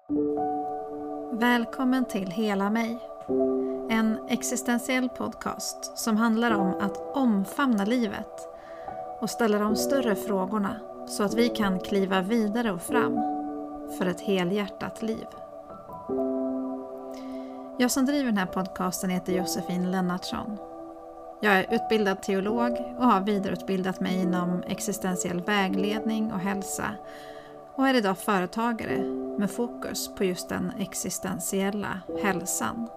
Välkommen till Hela mig. En existentiell podcast som handlar om att omfamna livet och ställa de större frågorna så att vi kan kliva vidare och fram för ett helhjärtat liv. Jag som driver den här podcasten heter Josefin Lennartsson. Jag är utbildad teolog och har vidareutbildat mig inom existentiell vägledning och hälsa och är idag företagare med fokus på just den existentiella hälsan.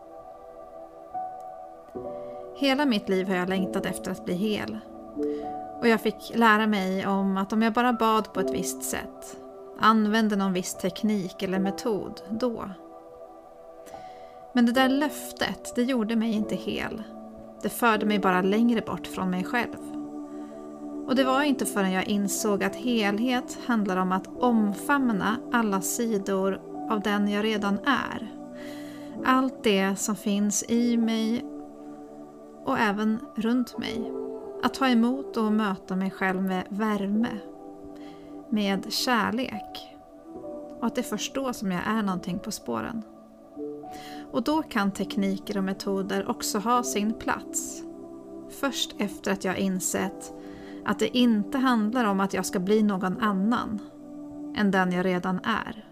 Hela mitt liv har jag längtat efter att bli hel. Och jag fick lära mig om att om jag bara bad på ett visst sätt, använde någon viss teknik eller metod, då. Men det där löftet, det gjorde mig inte hel. Det förde mig bara längre bort från mig själv. Och det var inte förrän jag insåg att helhet handlar om att omfamna alla sidor av den jag redan är. Allt det som finns i mig och även runt mig. Att ta emot och möta mig själv med värme, med kärlek. Och att det är först då som jag är någonting på spåren. Och då kan tekniker och metoder också ha sin plats. Först efter att jag insett att det inte handlar om att jag ska bli någon annan än den jag redan är.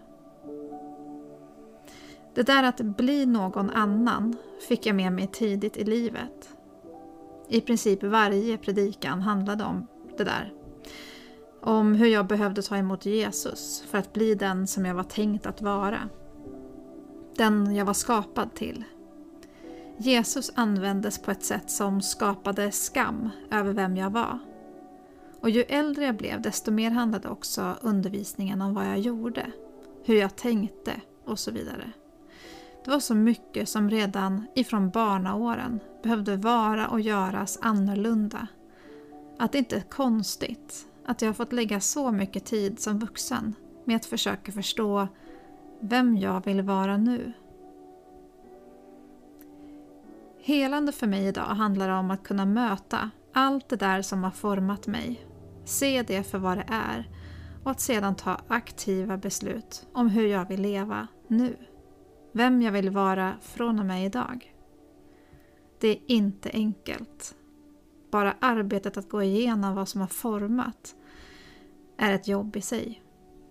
Det där att bli någon annan fick jag med mig tidigt i livet. I princip varje predikan handlade om det där. Om hur jag behövde ta emot Jesus för att bli den som jag var tänkt att vara. Den jag var skapad till. Jesus användes på ett sätt som skapade skam över vem jag var. Och ju äldre jag blev, desto mer handlade också undervisningen om vad jag gjorde, hur jag tänkte och så vidare. Det var så mycket som redan ifrån barnaåren behövde vara och göras annorlunda. Att det inte är konstigt att jag har fått lägga så mycket tid som vuxen med att försöka förstå vem jag vill vara nu. Helande för mig idag handlar om att kunna möta allt det där som har format mig. Se det för vad det är och att sedan ta aktiva beslut om hur jag vill leva nu. Vem jag vill vara från och med idag. Det är inte enkelt. Bara arbetet att gå igenom vad som har format är ett jobb i sig.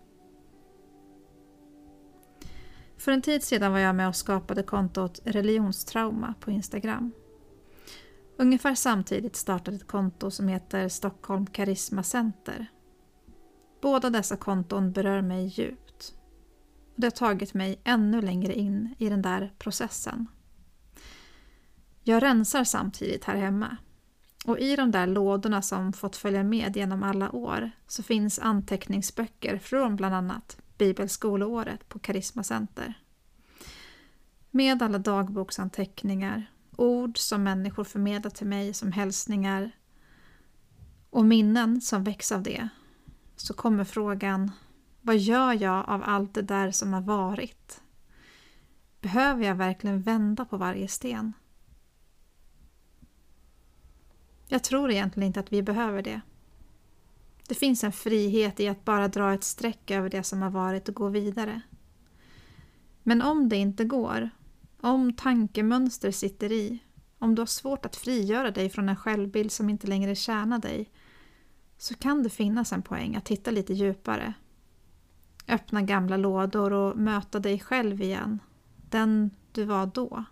För en tid sedan var jag med och skapade kontot Religionstrauma på Instagram. Ungefär samtidigt startade ett konto som heter Stockholm Karisma Center. Båda dessa konton berör mig djupt. Och det har tagit mig ännu längre in i den där processen. Jag rensar samtidigt här hemma. Och i de där lådorna som fått följa med genom alla år så finns anteckningsböcker från bland annat Bibelskoleåret på Karisma Center. Med alla dagboksanteckningar, ord som människor förmedlar till mig som hälsningar och minnen som väcks av det, så kommer frågan: vad gör jag av allt det där som har varit? Behöver jag verkligen vända på varje sten? Jag tror egentligen inte att vi behöver det. Det finns en frihet i att bara dra ett streck över det som har varit och gå vidare. Men om det inte går, om tankemönster sitter i, om du har svårt att frigöra dig från en självbild som inte längre tjänar dig, så kan det finnas en poäng att titta lite djupare. Öppna gamla lådor och möta dig själv igen, den du var då.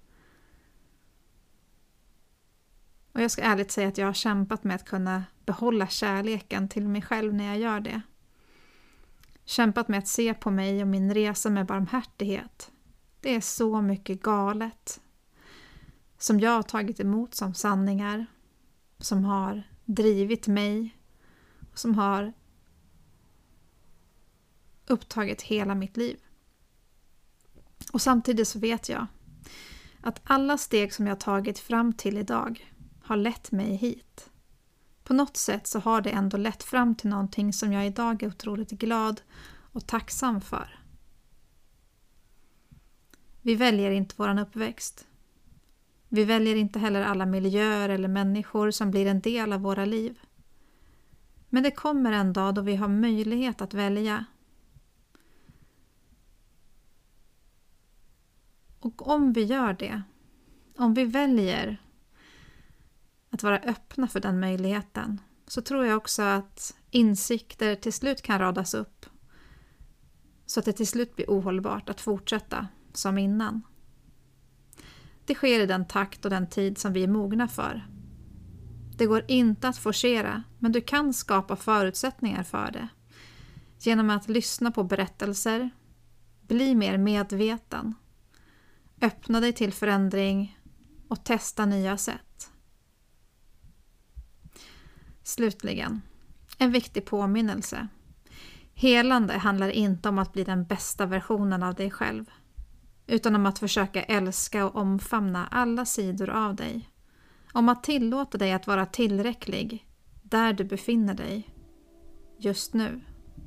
Och jag ska ärligt säga att jag har kämpat med att kunna behålla kärleken till mig själv när jag gör det. Kämpat med att se på mig och min resa med barmhärtighet. Det är så mycket galet som jag har tagit emot som sanningar, som har drivit mig och som har upptagit hela mitt liv. Och samtidigt så vet jag att alla steg som jag tagit fram till idag har lett mig hit. På något sätt så har det ändå lett fram till någonting som jag idag är otroligt glad och tacksam för. Vi väljer inte våran uppväxt. Vi väljer inte heller alla miljöer eller människor som blir en del av våra liv. Men det kommer en dag då vi har möjlighet att välja. Och om vi gör det, om vi väljer att vara öppna för den möjligheten, så tror jag också att insikter till slut kan radas upp. Så att det till slut blir ohållbart att fortsätta som innan. Det sker i den takt och den tid som vi är mogna för. Det går inte att forcera, men du kan skapa förutsättningar för det. Genom att lyssna på berättelser, bli mer medveten, öppna dig till förändring och testa nya sätt. Slutligen, en viktig påminnelse. Helande handlar inte om att bli den bästa versionen av dig själv, utan om att försöka älska och omfamna alla sidor av dig. Om att tillåta dig att vara tillräcklig där du befinner dig just nu.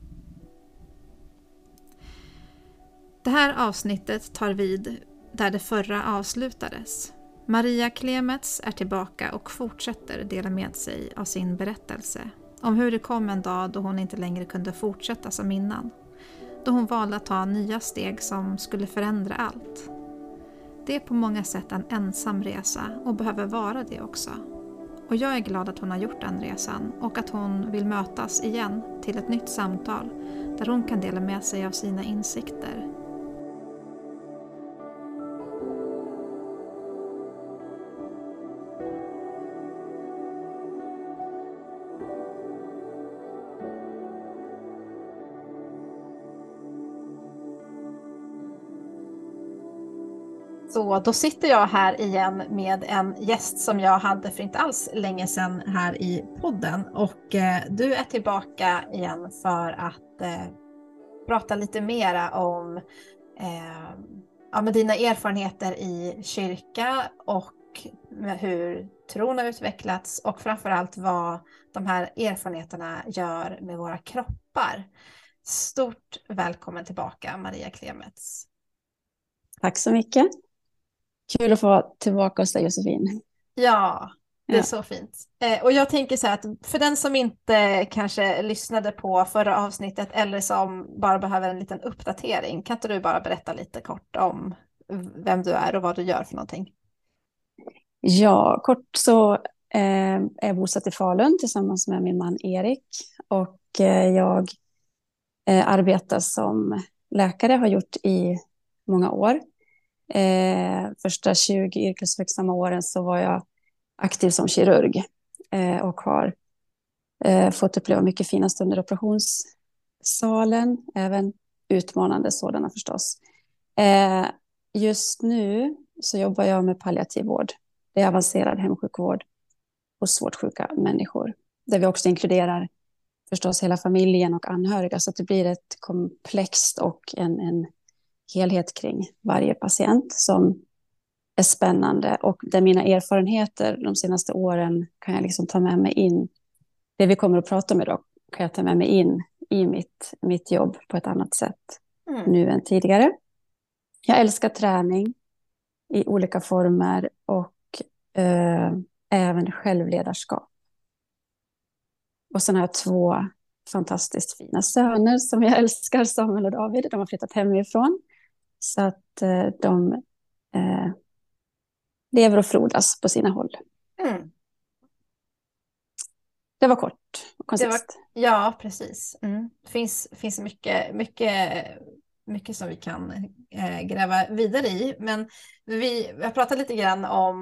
Det här avsnittet tar vid där det förra avslutades. Maria Klemets är tillbaka och fortsätter dela med sig av sin berättelse om hur det kom en dag då hon inte längre kunde fortsätta som innan. Då hon valde att ta nya steg som skulle förändra allt. Det är på många sätt en ensam resa och behöver vara det också. Och jag är glad att hon har gjort den resan och att hon vill mötas igen till ett nytt samtal där hon kan dela med sig av sina insikter. Så då sitter jag här igen med en gäst som jag hade för inte alls länge sedan här i podden. Och du är tillbaka igen för att prata lite mera om med dina erfarenheter i kyrka och hur tron har utvecklats och framförallt vad de här erfarenheterna gör med våra kroppar. Stort välkommen tillbaka, Maria Klemets. Tack så mycket. Kul att få vara tillbaka hos dig, Josefin. Ja, det är så fint. Och jag tänker så här att för den som inte kanske lyssnade på förra avsnittet eller som bara behöver en liten uppdatering, kan inte du bara berätta lite kort om vem du är och vad du gör för någonting? Ja, kort så är jag bosatt i Falun tillsammans med min man Erik. Och jag arbetar som läkare, har gjort i många år. Första 20 yrkesverksamma åren så var jag aktiv som kirurg och har fått uppleva mycket fina stunder i operationssalen, även utmanande sådana förstås. Just nu så jobbar jag med palliativ vård. Det är avancerad hemsjukvård hos svårt sjuka människor. Där vi också inkluderar förstås hela familjen och anhöriga, så att det blir ett komplext och en helhet kring varje patient som är spännande. Och där mina erfarenheter de senaste åren kan jag liksom ta med mig in. Det vi kommer att prata om idag kan jag ta med mig in i mitt jobb på ett annat sätt nu än tidigare. Jag älskar träning i olika former och även självledarskap. Och sen har jag 2 fantastiskt fina söner som jag älskar, Samuel och David. De har flyttat hemifrån. Så att de lever och frodas på sina håll. Mm. Det var kort och koncist. Ja, precis. Det finns mycket som vi kan gräva vidare i. Men vi har pratat lite grann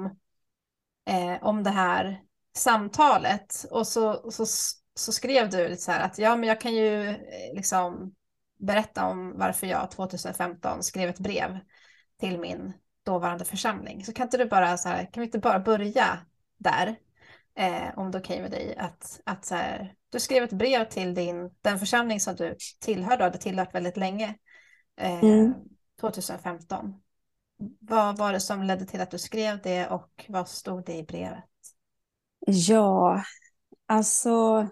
om det här samtalet. Och så skrev du lite så här att men jag kan ju liksom berätta om varför jag 2015 skrev ett brev till min dåvarande församling. Så kan inte du bara så här, kan vi inte bara börja där? Om det är okej med dig att så här, du skrev ett brev till den församling som du tillhörde och hade tillhört väldigt länge 2015. Vad var det som ledde till att du skrev det och vad stod det i brevet? Ja, alltså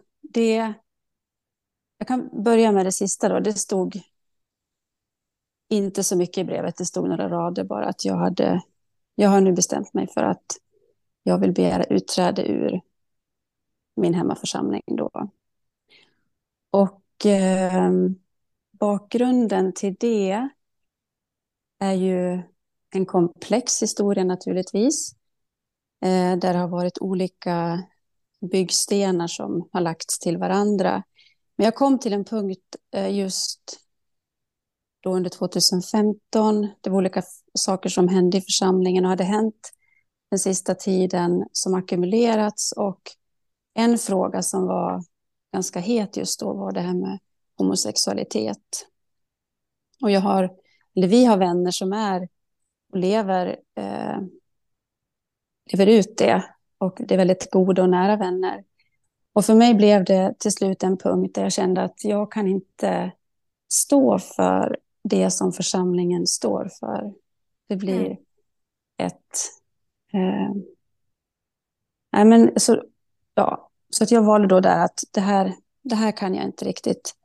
jag kan börja med det sista då. Det stod inte så mycket i brevet, det stod några rader bara att jag har nu bestämt mig för att jag vill begära utträde ur min hemmaförsamling då. Och bakgrunden till det är ju en komplex historia naturligtvis. Där det har varit olika byggstenar som har lagts till varandra. Men jag kom till en punkt just då under 2015. Det var olika saker som hände i församlingen och hade hänt den sista tiden som ackumulerats. Och en fråga som var ganska het just då var det här med homosexualitet. Och vi har vänner som är och lever ut det. Och det är väldigt goda och nära vänner. Och för mig blev det till slut en punkt där jag kände att jag kan inte stå för det som församlingen står för. Det blir så att jag valde då där att det här kan jag inte riktigt.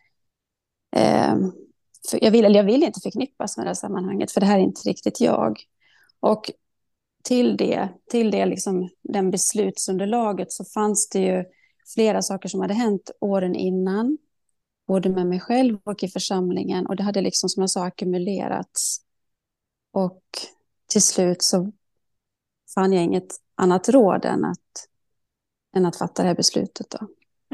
För jag vill inte förknippas med det här sammanhanget, för det här är inte riktigt jag. Och till det liksom, den beslutsunderlaget så fanns det ju flera saker som hade hänt åren innan. Både med mig själv och i församlingen. Och det hade liksom, som jag sa, ackumulerats. Och till slut så fann jag inget annat råd än att fatta det här beslutet då.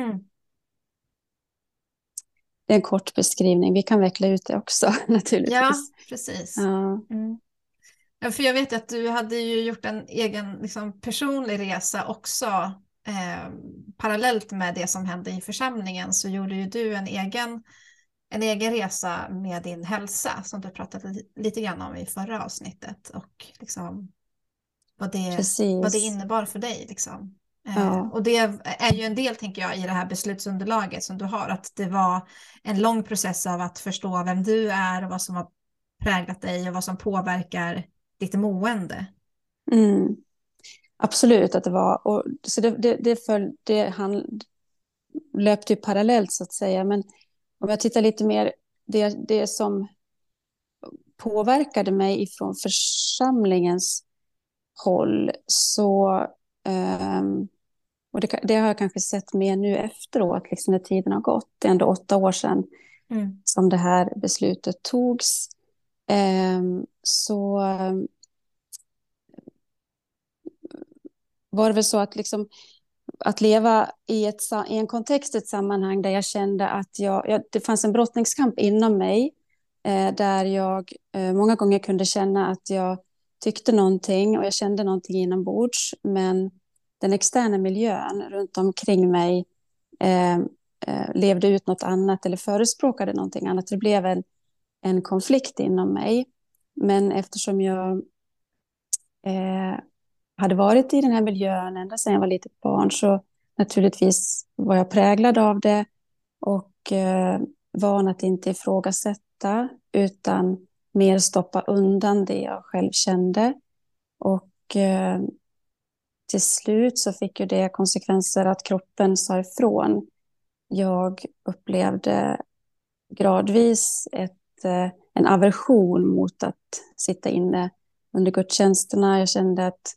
Det är en kort beskrivning. Vi kan veckla ut det också naturligtvis. Ja, precis. Ja. Ja, för jag vet att du hade ju gjort en egen liksom, personlig resa också. Parallellt med det som hände i församlingen så gjorde ju du en egen resa med din hälsa som du pratade lite grann om i förra avsnittet. Och liksom, vad det innebar för dig. Liksom. Ja. Och det är ju en del, tänker jag, i det här beslutsunderlaget som du har. Att det var en lång process av att förstå vem du är och vad som har präglat dig och vad som påverkar ditt mående. Absolut att det var. Och så det löpte ju parallellt så att säga. Men om jag tittar lite mer, det som påverkade mig ifrån församlingens håll så och det har jag kanske sett mer nu efteråt, liksom när tiden har gått. Det är ändå 8 år sedan som det här beslutet togs. Så var det väl så att liksom att leva i en kontext, ett sammanhang där jag kände att det fanns en brottningskamp inom mig där jag många gånger kunde känna att jag tyckte någonting och jag kände någonting inombords, men den externa miljön runt omkring mig levde ut något annat eller förespråkade någonting annat. Det blev en konflikt inom mig. Men eftersom jag hade varit i den här miljön ända sedan jag var litet barn så naturligtvis var jag präglad av det och van att inte ifrågasätta utan mer stoppa undan det jag själv kände. Och till slut så fick ju det konsekvenser att kroppen sa ifrån. Jag upplevde gradvis en aversion mot att sitta inne under gudstjänsterna. Jag kände att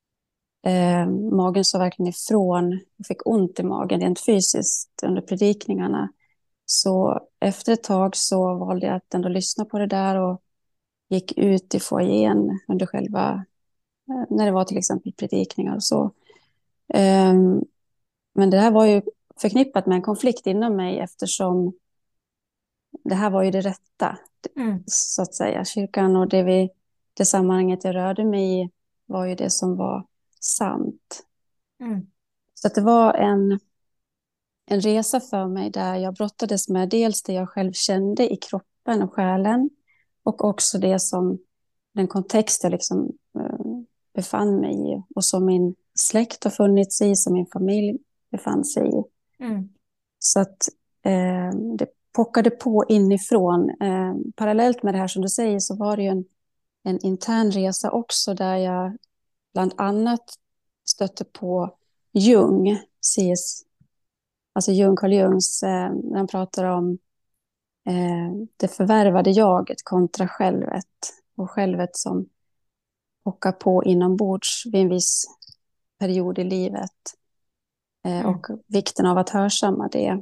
magen sa verkligen ifrån. Jag fick ont i magen rent fysiskt under predikningarna. Så efter ett tag så valde jag att ändå lyssna på det där och gick ut i foajén under själva, när det var till exempel predikningar och så. Men det här var ju förknippat med en konflikt inom mig eftersom det här var ju det rätta, så att säga. Kyrkan och det sammanhanget jag rörde mig i var ju det som var sant. Så att det var en resa för mig där jag brottades med dels det jag själv kände i kroppen och själen och också det som den kontext jag liksom befann mig i och som min släkt har funnits i, som min familj befann sig i. Så att det pockade på inifrån. Parallellt med det här som du säger så var det ju en intern resa också där jag bland annat stötte på Jung, alltså Carl Jungs, när han pratar om det förvärvade jaget kontra självet och självet som pockar på inombords vid en viss period i livet och vikten av att hörsamma det.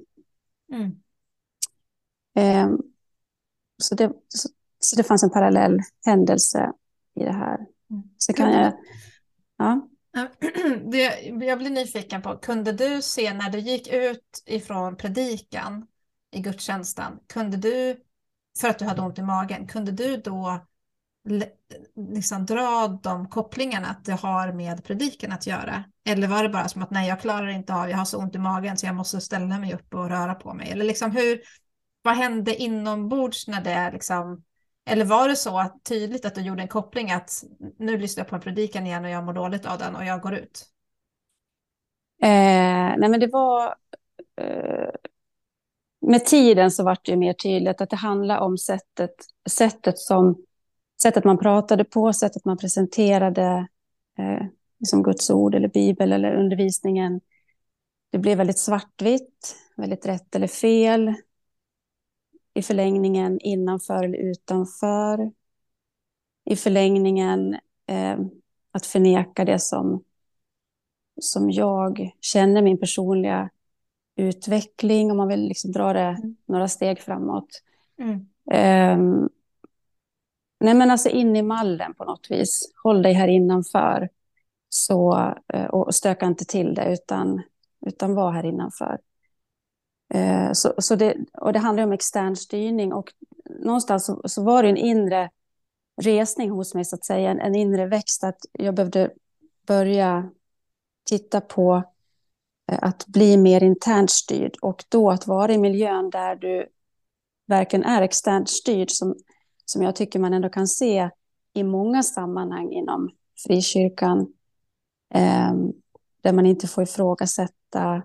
Så det fanns en parallell händelse i det här. Mm. Så kan jag... Ja. Jag blir nyfiken på, kunde du se när du gick ut ifrån predikan i gudstjänsten, kunde du, för att du hade ont i magen, kunde du då liksom dra de kopplingarna att det har med predikan att göra? Eller var det bara som att nej, jag klarar inte av, jag har så ont i magen så jag måste ställa mig upp och röra på mig? Eller liksom vad hände inombords när det liksom, eller var det så att, tydligt att du gjorde en koppling att nu lyssnar jag på en predikan igen och jag mår dåligt av den och jag går ut? Nej, men det var... med tiden så var det ju mer tydligt att det handlar om sättet man pratade på, sättet man presenterade liksom Guds ord eller Bibel eller undervisningen. Det blev väldigt svartvitt, väldigt rätt eller fel. I förlängningen innanför eller utanför. I förlängningen att förneka det som jag känner, min personliga utveckling, om man vill liksom dra det några steg framåt. Nej, men alltså in i mallen på något vis. Håll dig här innanför. Och stöka inte till det, utan var här innanför. Det handlar om extern styrning, och någonstans så var det en inre resning hos mig, så att säga, en inre växt, att jag behövde börja titta på att bli mer internt styrd, och då att vara i miljön där du verkligen är externt styrd, som jag tycker man ändå kan se i många sammanhang inom frikyrkan, där man inte får ifrågasätta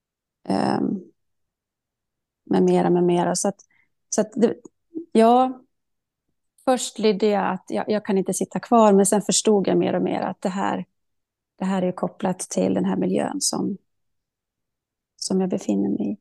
med mera. Så att först lydde jag att jag kan inte sitta kvar, men sen förstod jag mer och mer att det här är kopplat till den här miljön som jag befinner mig i.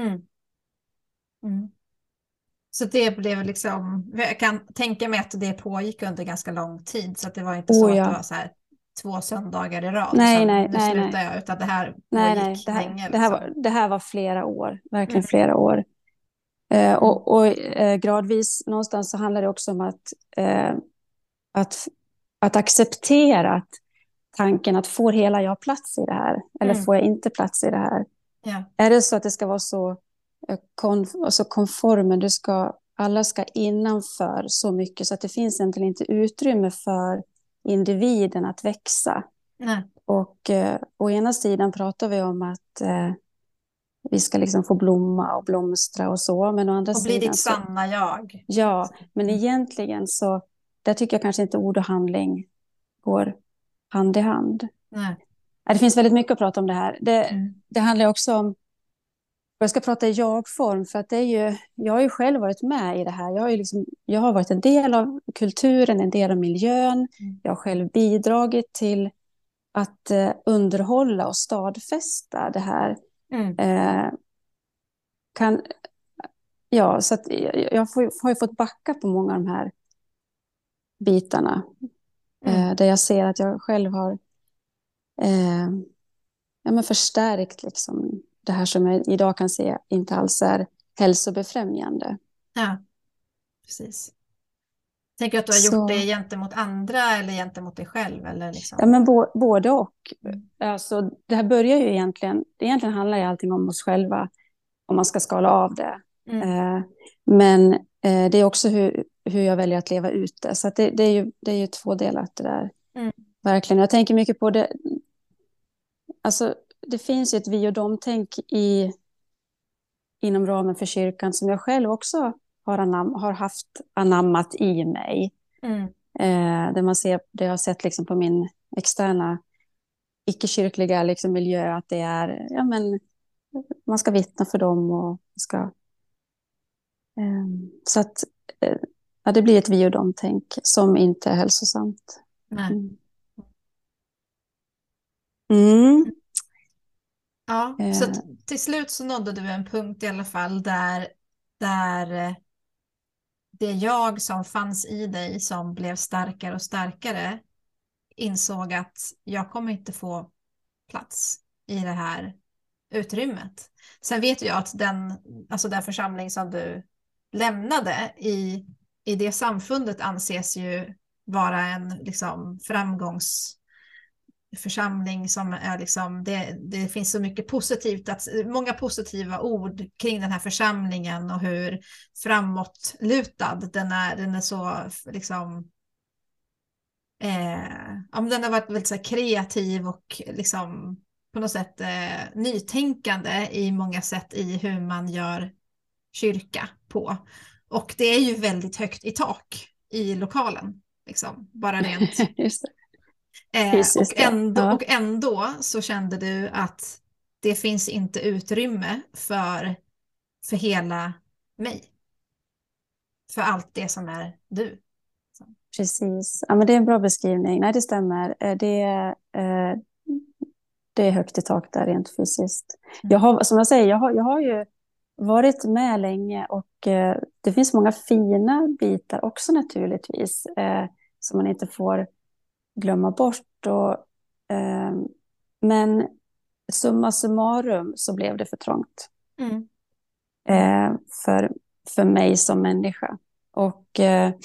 Så det blev liksom, jag kan tänka mig att det pågick under ganska lång tid, så att det var inte så att det var så här 2 söndagar i rad. Nej. Slutar jag, utan det här pågick länge. Det här var flera år, verkligen flera år. Gradvis någonstans så handlar det också om att acceptera att tanken att får hela jag plats i det här, eller får jag inte plats i det här? Ja. Är det så att det ska vara så konformen, alla ska innanför så mycket så att det finns egentligen inte utrymme för individen att växa. Nej. Och å ena sidan pratar vi om att vi ska liksom få blomma och blomstra och så, men å andra sidan... Och bli ditt sanna jag. Ja, men egentligen så, där tycker jag kanske inte ord och handling går hand i hand. Nej. Det finns väldigt mycket att prata om det här. Det handlar också om, jag ska prata i jag-form, för att det är ju, jag har ju själv varit med i det här. Jag har varit en del av kulturen, en del av miljön. Jag har själv bidragit till att underhålla och stadfästa det här. Så att jag har ju fått backa på många av de här bitarna. Där jag ser att jag själv har förstärkt liksom det här som jag idag kan se inte alls är hälsobefrämjande. Ja, precis. Tänker du att du har gjort det gentemot andra eller gentemot dig själv? Eller liksom? Ja, men både och. Alltså, det här börjar ju egentligen handlar ju allting om oss själva, om man ska skala av det. Men det är också hur jag väljer att leva ut det. Så att det är ju tvådelat det där. Verkligen. Jag tänker mycket på det. Alltså, det finns ju ett vi och dem-tänk inom ramen för kyrkan som jag själv också har haft anammat i mig. Det jag har sett liksom på min externa icke-kyrkliga liksom miljö, att det är man ska vittna för dem och ska så att det blir ett vi och dem-tänk som inte är hälsosamt. Ja, så till slut så nådde du en punkt i alla fall där det jag som fanns i dig, som blev starkare och starkare, insåg att jag kommer inte få plats i det här utrymmet. Sen vet jag att den församling som du lämnade i det samfundet anses ju vara en liksom framgångsförsamling som är liksom, det finns så mycket positivt, många positiva ord kring den här församlingen och hur framåtlutad den är så liksom ja, men den har varit väldigt så här kreativ och liksom på något sätt nytänkande i många sätt i hur man gör kyrka på. Och det är ju väldigt högt i tak i lokalen, liksom, bara rent. Just det. Fysiskt, Och ändå så kände du att det finns inte utrymme för hela mig. För allt det som är du. Precis. Ja, men det är en bra beskrivning. Nej, det stämmer. Det är högt i tak där rent fysiskt. Jag har, som jag säger, jag har ju varit med länge och det finns många fina bitar också naturligtvis som man inte får glömma bort. Men summa summarum så blev det för trångt för mig som människa. Och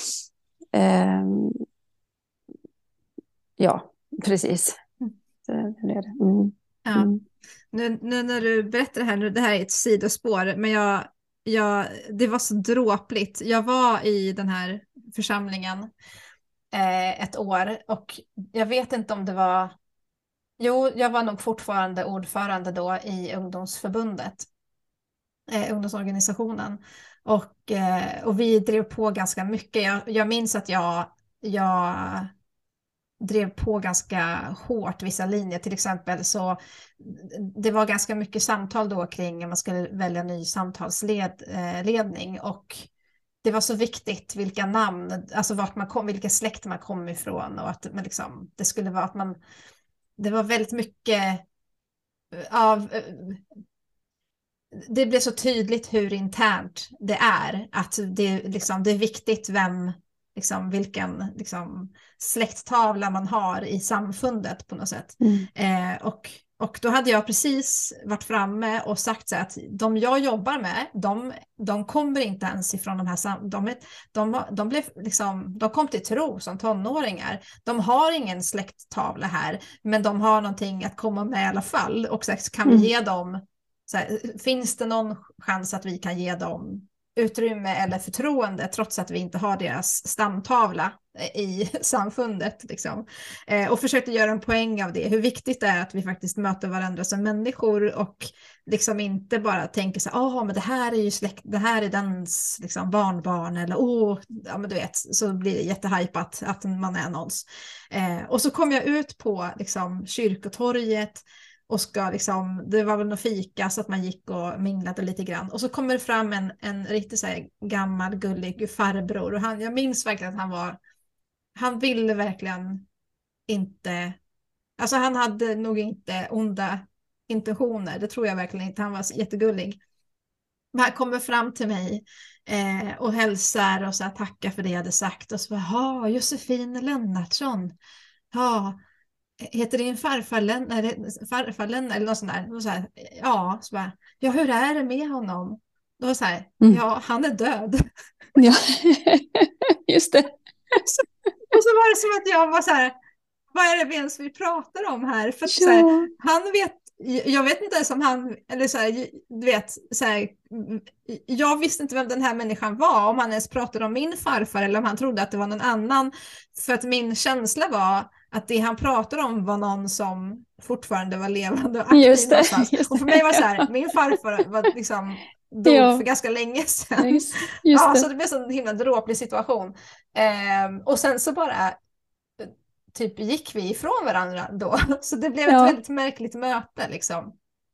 ja, precis. Det blev det. Ja. Nu när du berättar det här, det här är ett sidospår, men det var så dråpligt. Jag var i den här församlingen ett år och jag vet inte om det var... Jo, jag var nog fortfarande ordförande då i ungdomsförbundet, ungdomsorganisationen. Och vi drev på ganska mycket. Jag minns att jag drev på ganska hårt vissa linjer. Till exempel så det var ganska mycket samtal då kring om man skulle välja ny samtalsledning och det var så viktigt vilka namn, alltså vart man kom, vilka släkt man kom ifrån och att man liksom, det skulle vara att man, det var väldigt mycket av, det blev så tydligt hur internt det är, att det, liksom, det är viktigt liksom, vilken liksom, släkttavla man har i samfundet på något sätt. Och då hade jag precis varit framme och sagt så att de jag jobbar med, de kommer inte ens ifrån de här, de blev liksom, de kom till tro som tonåringar. De har ingen släkttavla här, men de har någonting att komma med i alla fall. Och så kan vi ge dem, så här, finns det någon chans att vi kan ge dem utrymme eller förtroende trots att vi inte har deras stamtavla i samfundet liksom. Och försökte göra en poäng av det, hur viktigt det är att vi faktiskt möter varandra som människor och liksom inte bara tänker så här, men det här är ju släkt, det här är dens liksom barnbarn eller ja men du vet, så blir det jättehypat att man är någons. Och så kom jag ut på liksom kyrkotorget och ska liksom, det var väl någon fika så att man gick och minglade lite grann. Och så kommer det fram en riktigt så här gammal gullig farbror. Och jag minns verkligen att han ville verkligen inte, alltså han hade nog inte onda intentioner. Det tror jag verkligen inte, han var jättegullig. Men han kommer fram till mig och hälsar och så här, tackar för det jag hade sagt. Och så bara, Josefin Lennartsson. Ja, heter din farfar Lennart eller något sånt där? Och så här, ja, så bara, ja, hur är det med honom? Då var så här, ja, han är död. Ja, just det. Och så var det som att jag var så här, vad är det ens vi pratar om här? För att, så här, han vet, jag vet inte ens om han, eller så här, du vet, så här, jag visste inte vem den här människan var, om han ens pratade om min farfar eller om han trodde att det var någon annan. För att min känsla var att det han pratade om var någon som fortfarande var levande och aktiv någonstans. Och för mig var det så här, min farfar var liksom dog för ganska länge sedan. Så det blev så en himla dråplig situation. Och sen så bara typ gick vi ifrån varandra då. Så det blev ett väldigt märkligt möte liksom.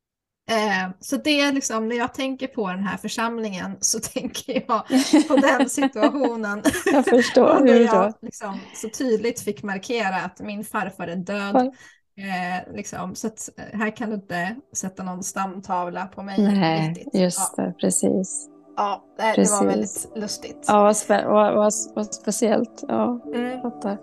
Så det är liksom, när jag tänker på den här församlingen så tänker jag på den situationen. Jag förstår. Där jag liksom så tydligt fick markera att min farfar är död. Liksom, så att här kan du inte sätta någon stamtavla på mig. Nej, riktigt. just det, precis. Ja, det var väldigt lustigt. Ja, vad speciellt. Ja, jag fattar.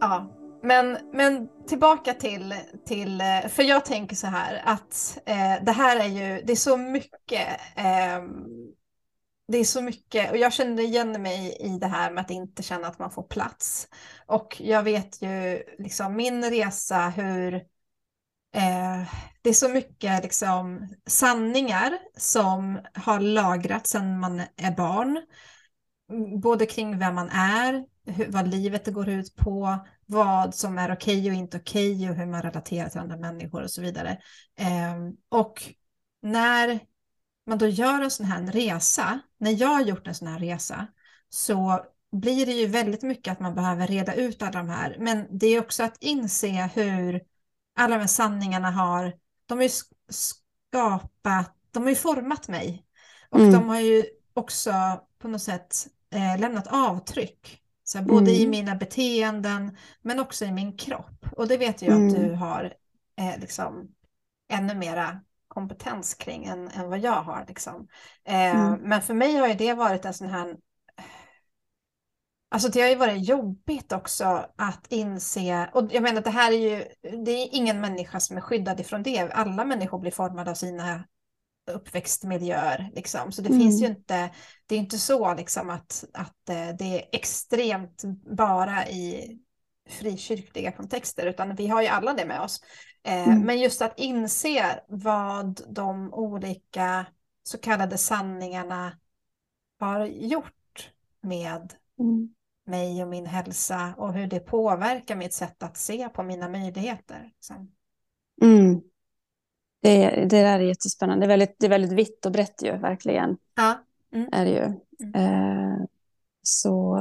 Ja, men tillbaka för jag tänker så här att det här är ju, det är så mycket, det är så mycket, och jag känner igen mig i det här med att inte känna att man får plats. Och jag vet ju liksom min resa hur det är så mycket liksom sanningar som har lagrats sedan man är barn. Både kring vem man är, vad livet går ut på, vad som är okej och inte okej och hur man relaterar till andra människor och så vidare. Och när man då gör en sån här resa, när jag har gjort en sån här resa, så blir det ju väldigt mycket att man behöver reda ut alla de här. Men det är också att inse hur alla de här sanningarna de har ju skapat, de har ju format mig. Och de Mm. har ju också på något sätt lämnat avtryck. Så här, både i Mm. mina beteenden men också i min kropp. Och det vet jag att Mm. du har liksom ännu mera kompetens kring än vad jag har. Liksom. Mm. Men för mig har ju det varit en sån här... Alltså det har ju varit jobbigt också att inse, och jag menar det här är ju, det är ingen människa som är skyddad ifrån det. Alla människor blir formade av sina uppväxtmiljöer. Liksom. Så det finns ju Mm. inte, det är inte så liksom att det är extremt bara i frikyrkliga kontexter, utan vi har ju alla det med oss. Mm. Men just att inse vad de olika så kallade sanningarna har gjort med Mm. mig och min hälsa och hur det påverkar mitt sätt att se på mina möjligheter. Liksom. Mm. Det där är jättespännande. Det är väldigt vitt och brett ju, verkligen. Ja. Mm. Är det ju. Mm. Eh, så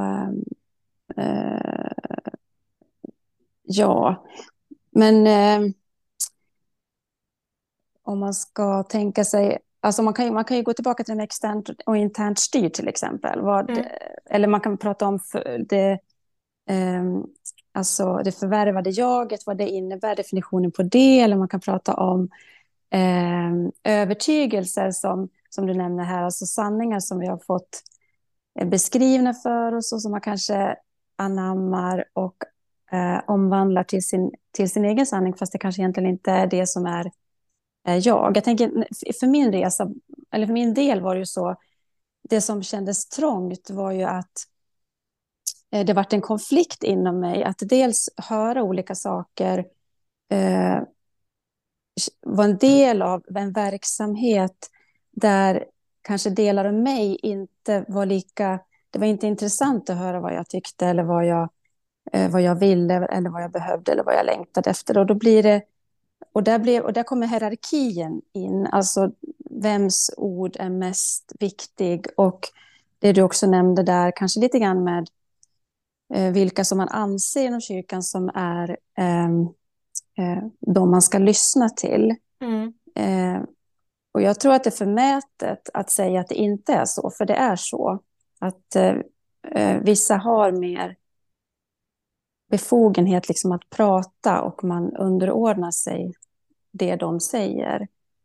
eh, ja, men om man ska tänka sig, alltså man kan ju gå tillbaka till det med externt och internt styr till exempel. Mm. Eller man kan prata om det, alltså det förvärvade jaget, vad det innebär, definitionen på det, eller man kan prata om övertygelser som du nämner här, alltså sanningar som vi har fått beskrivna för oss och som man kanske anammar och omvandlar till sin egen sanning, fast det kanske egentligen inte är det som är jag. Jag tänker, för min resa, eller för min del var det ju så, det som kändes trångt var ju att det vart en konflikt inom mig, att dels höra olika saker, eh, var en del av en verksamhet där kanske delar av mig inte var lika, det var inte intressant att höra vad jag tyckte eller vad jag ville eller vad jag behövde eller vad jag längtade efter. Och då blir det, och där kommer hierarkin in, alltså vems ord är mest viktig, och det du också nämnde där, kanske lite grann med vilka som man anser inom kyrkan som är de man ska lyssna till. Mm. Och jag tror att det är förmätet att säga att det inte är så, för det är så att vissa har mer befogenhet liksom att prata och man underordnar sig det de säger.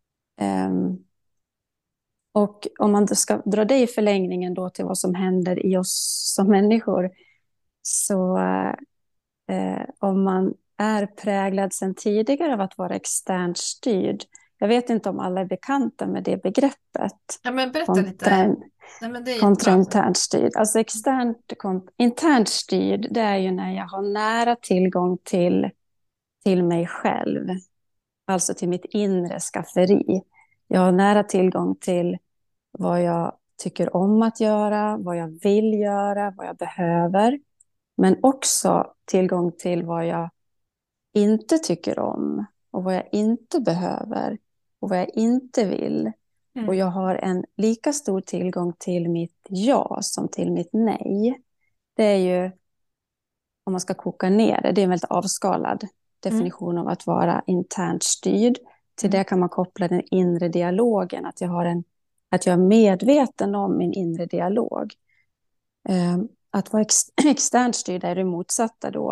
Och om man ska dra det i förlängningen då till vad som händer i oss som människor, så om man är präglad sedan tidigare av att vara externt styrd. Jag vet inte om alla är bekanta med det begreppet. Ja, men berätta lite. Nej, men det är Kontra jättebra. internt styrd. Alltså internt styrd, det är ju när jag har nära tillgång till mig själv. Alltså till mitt inre skafferi. Jag har nära tillgång till vad jag tycker om att göra, vad jag vill göra, vad jag behöver. Men också tillgång till vad jag inte tycker om och vad jag inte behöver och vad jag inte vill. Mm. Och jag har en lika stor tillgång till mitt ja som till mitt nej. Det är ju, om man ska koka ner det, det är en väldigt avskalad definition av att vara internt styrd. Till det kan man koppla den inre dialogen, att jag är medveten om min inre dialog. Att vara externt styrd är det motsatta då,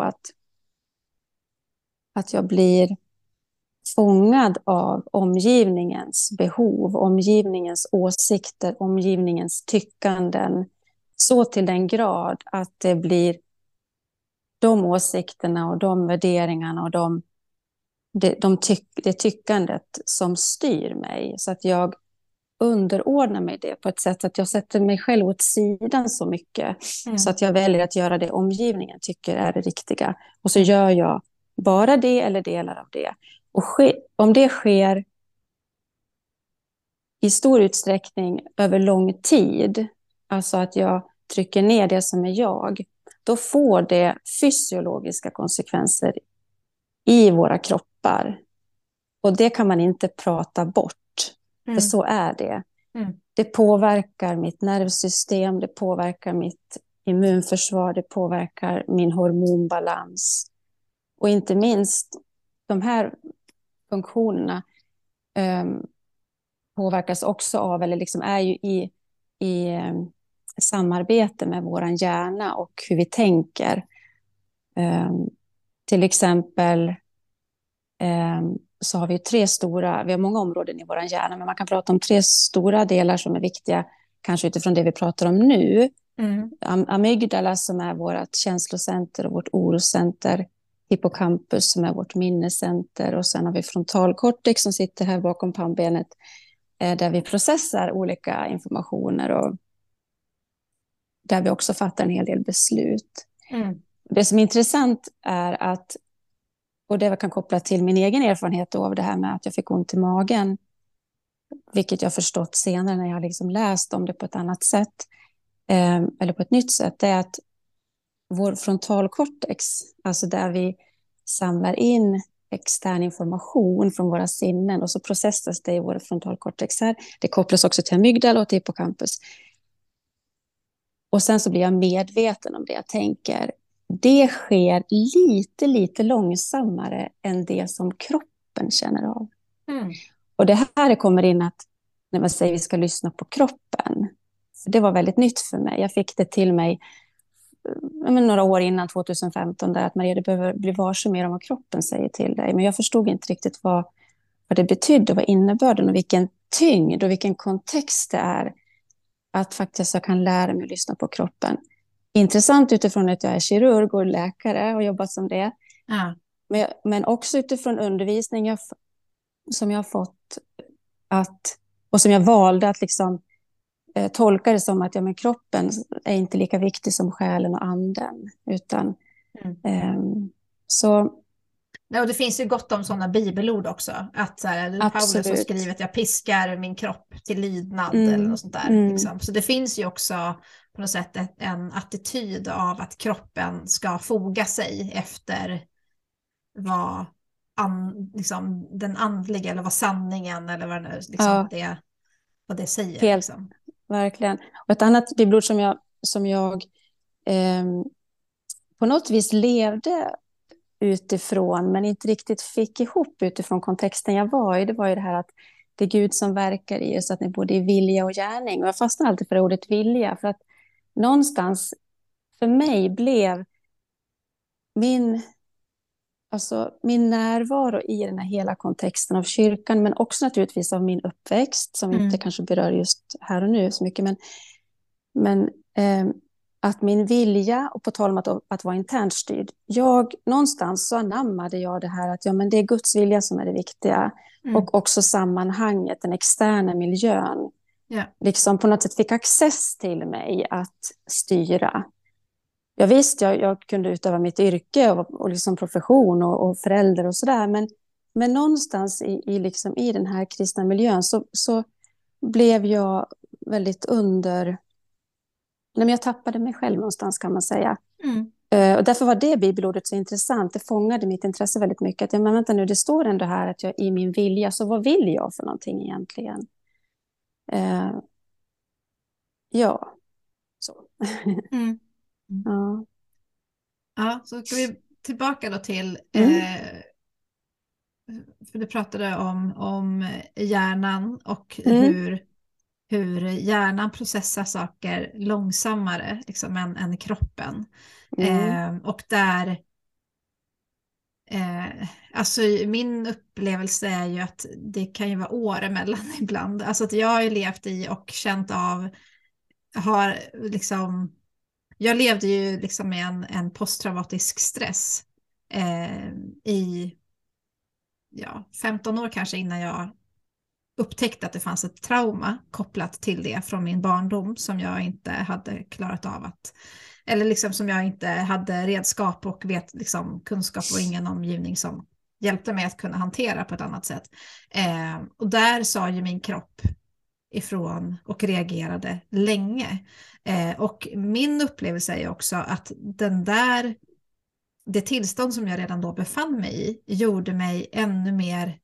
att jag blir fångad av omgivningens behov, omgivningens åsikter, omgivningens tyckanden, så till den grad att det blir de åsikterna och de värderingarna och det tyckandet som styr mig. Så att jag underordnar mig det på ett sätt att jag sätter mig själv åt sidan så mycket. Så att jag väljer att göra det omgivningen tycker är det riktiga. Och så gör jag bara det eller delar av det. Och om det sker i stor utsträckning över lång tid, alltså att jag trycker ner det som är jag, då får det fysiologiska konsekvenser i våra kroppar. Och det kan man inte prata bort, för så är det. Det påverkar mitt nervsystem, det påverkar mitt immunförsvar, det påverkar min hormonbalans. Och inte minst de här funktionerna påverkas också av, eller liksom är ju i samarbete med våran hjärna och hur vi tänker. Till exempel så har vi vi har många områden i våran hjärna, men man kan prata om 3 stora delar som är viktiga, kanske utifrån det vi pratar om nu. Amygdala som är vårt känslocenter och vårt oroscenter, hippocampus som är vårt minnescenter, och sen har vi frontalkortex som sitter här bakom pannbenet, där vi processar olika informationer och där vi också fattar en hel del beslut. Det som är intressant är att, och det kan koppla till min egen erfarenhet av det här med att jag fick ont i magen, vilket jag förstått senare när jag liksom läst om det på ett annat sätt, eller på ett nytt sätt, det är att vår frontalkortex, alltså där vi samlar in extern information från våra sinnen och så processas det i vår frontalkortex här. Det kopplas också till amygdala och till hippocampus. Och sen så blir jag medveten om det jag tänker. Det sker lite långsammare än det som kroppen känner av. Och det här kommer in att när man säger att vi ska lyssna på kroppen. Det var väldigt nytt för mig. Jag fick det till mig några år innan 2015 där att Maria, du behöver bli varse mer om vad kroppen säger till dig. Men jag förstod inte riktigt vad det betydde, vad innebörden och vilken tyngd och vilken kontext det är att faktiskt jag kan lära mig att lyssna på kroppen. Intressant utifrån att jag är kirurg och läkare och jobbat som det. Men också utifrån undervisning som jag har fått och som jag valde att liksom tolka det som att men kroppen är inte lika viktig som själen och anden. Utan, så... Ja, och det finns ju gott om sådana bibelord också. Att så här, Paulus har skrivit att jag piskar min kropp till lydnad eller något sånt där. Liksom. Så det finns ju också på något sätt en attityd av att kroppen ska foga sig efter vad liksom, den andliga eller vad sanningen eller vad, liksom, vad det säger. Helt, liksom. Verkligen. Och ett annat bibelord som jag på något vis levde utifrån men inte riktigt fick ihop utifrån kontexten jag var i, det var ju det här att det är Gud som verkar i oss, att ni både är vilja och gärning. Och jag fastnar alltid för ordet vilja, för att någonstans för mig blev min närvaro i den här hela kontexten av kyrkan, men också naturligtvis av min uppväxt, som inte kanske berör just här och nu så mycket, men att min vilja, och på tal om att vara internt styrd, någonstans så anammade jag det här att men det är Guds vilja som är det viktiga, och också sammanhanget, den externa miljön, liksom på något sätt fick access till mig att styra. Jag visste jag kunde utöva mitt yrke och liksom profession och förälder och sådär, men någonstans i den här kristna miljön så blev jag väldigt jag tappade mig själv någonstans, kan man säga. Och därför var det bibelordet så intressant. Det fångade mitt intresse väldigt mycket. Men vänta nu, det står ändå här att jag i min vilja, så vad vill jag för någonting egentligen? Så. Ja, så ska vi tillbaka då till för du pratade om hjärnan och hur hjärnan processar saker långsammare liksom, än kroppen. Och där alltså min upplevelse är ju att det kan ju vara år emellan ibland. Alltså att jag har ju levt i och känt av, har liksom jag levde ju liksom med en posttraumatisk stress i 15 år kanske innan jag upptäckte att det fanns ett trauma kopplat till det från min barndom som jag inte hade klarat av att, eller liksom som jag inte hade redskap och liksom, kunskap och ingen omgivning som hjälpte mig att kunna hantera på ett annat sätt. Och där sa ju min kropp ifrån och reagerade länge. Och min upplevelse är också att det tillstånd som jag redan då befann mig i gjorde mig ännu mer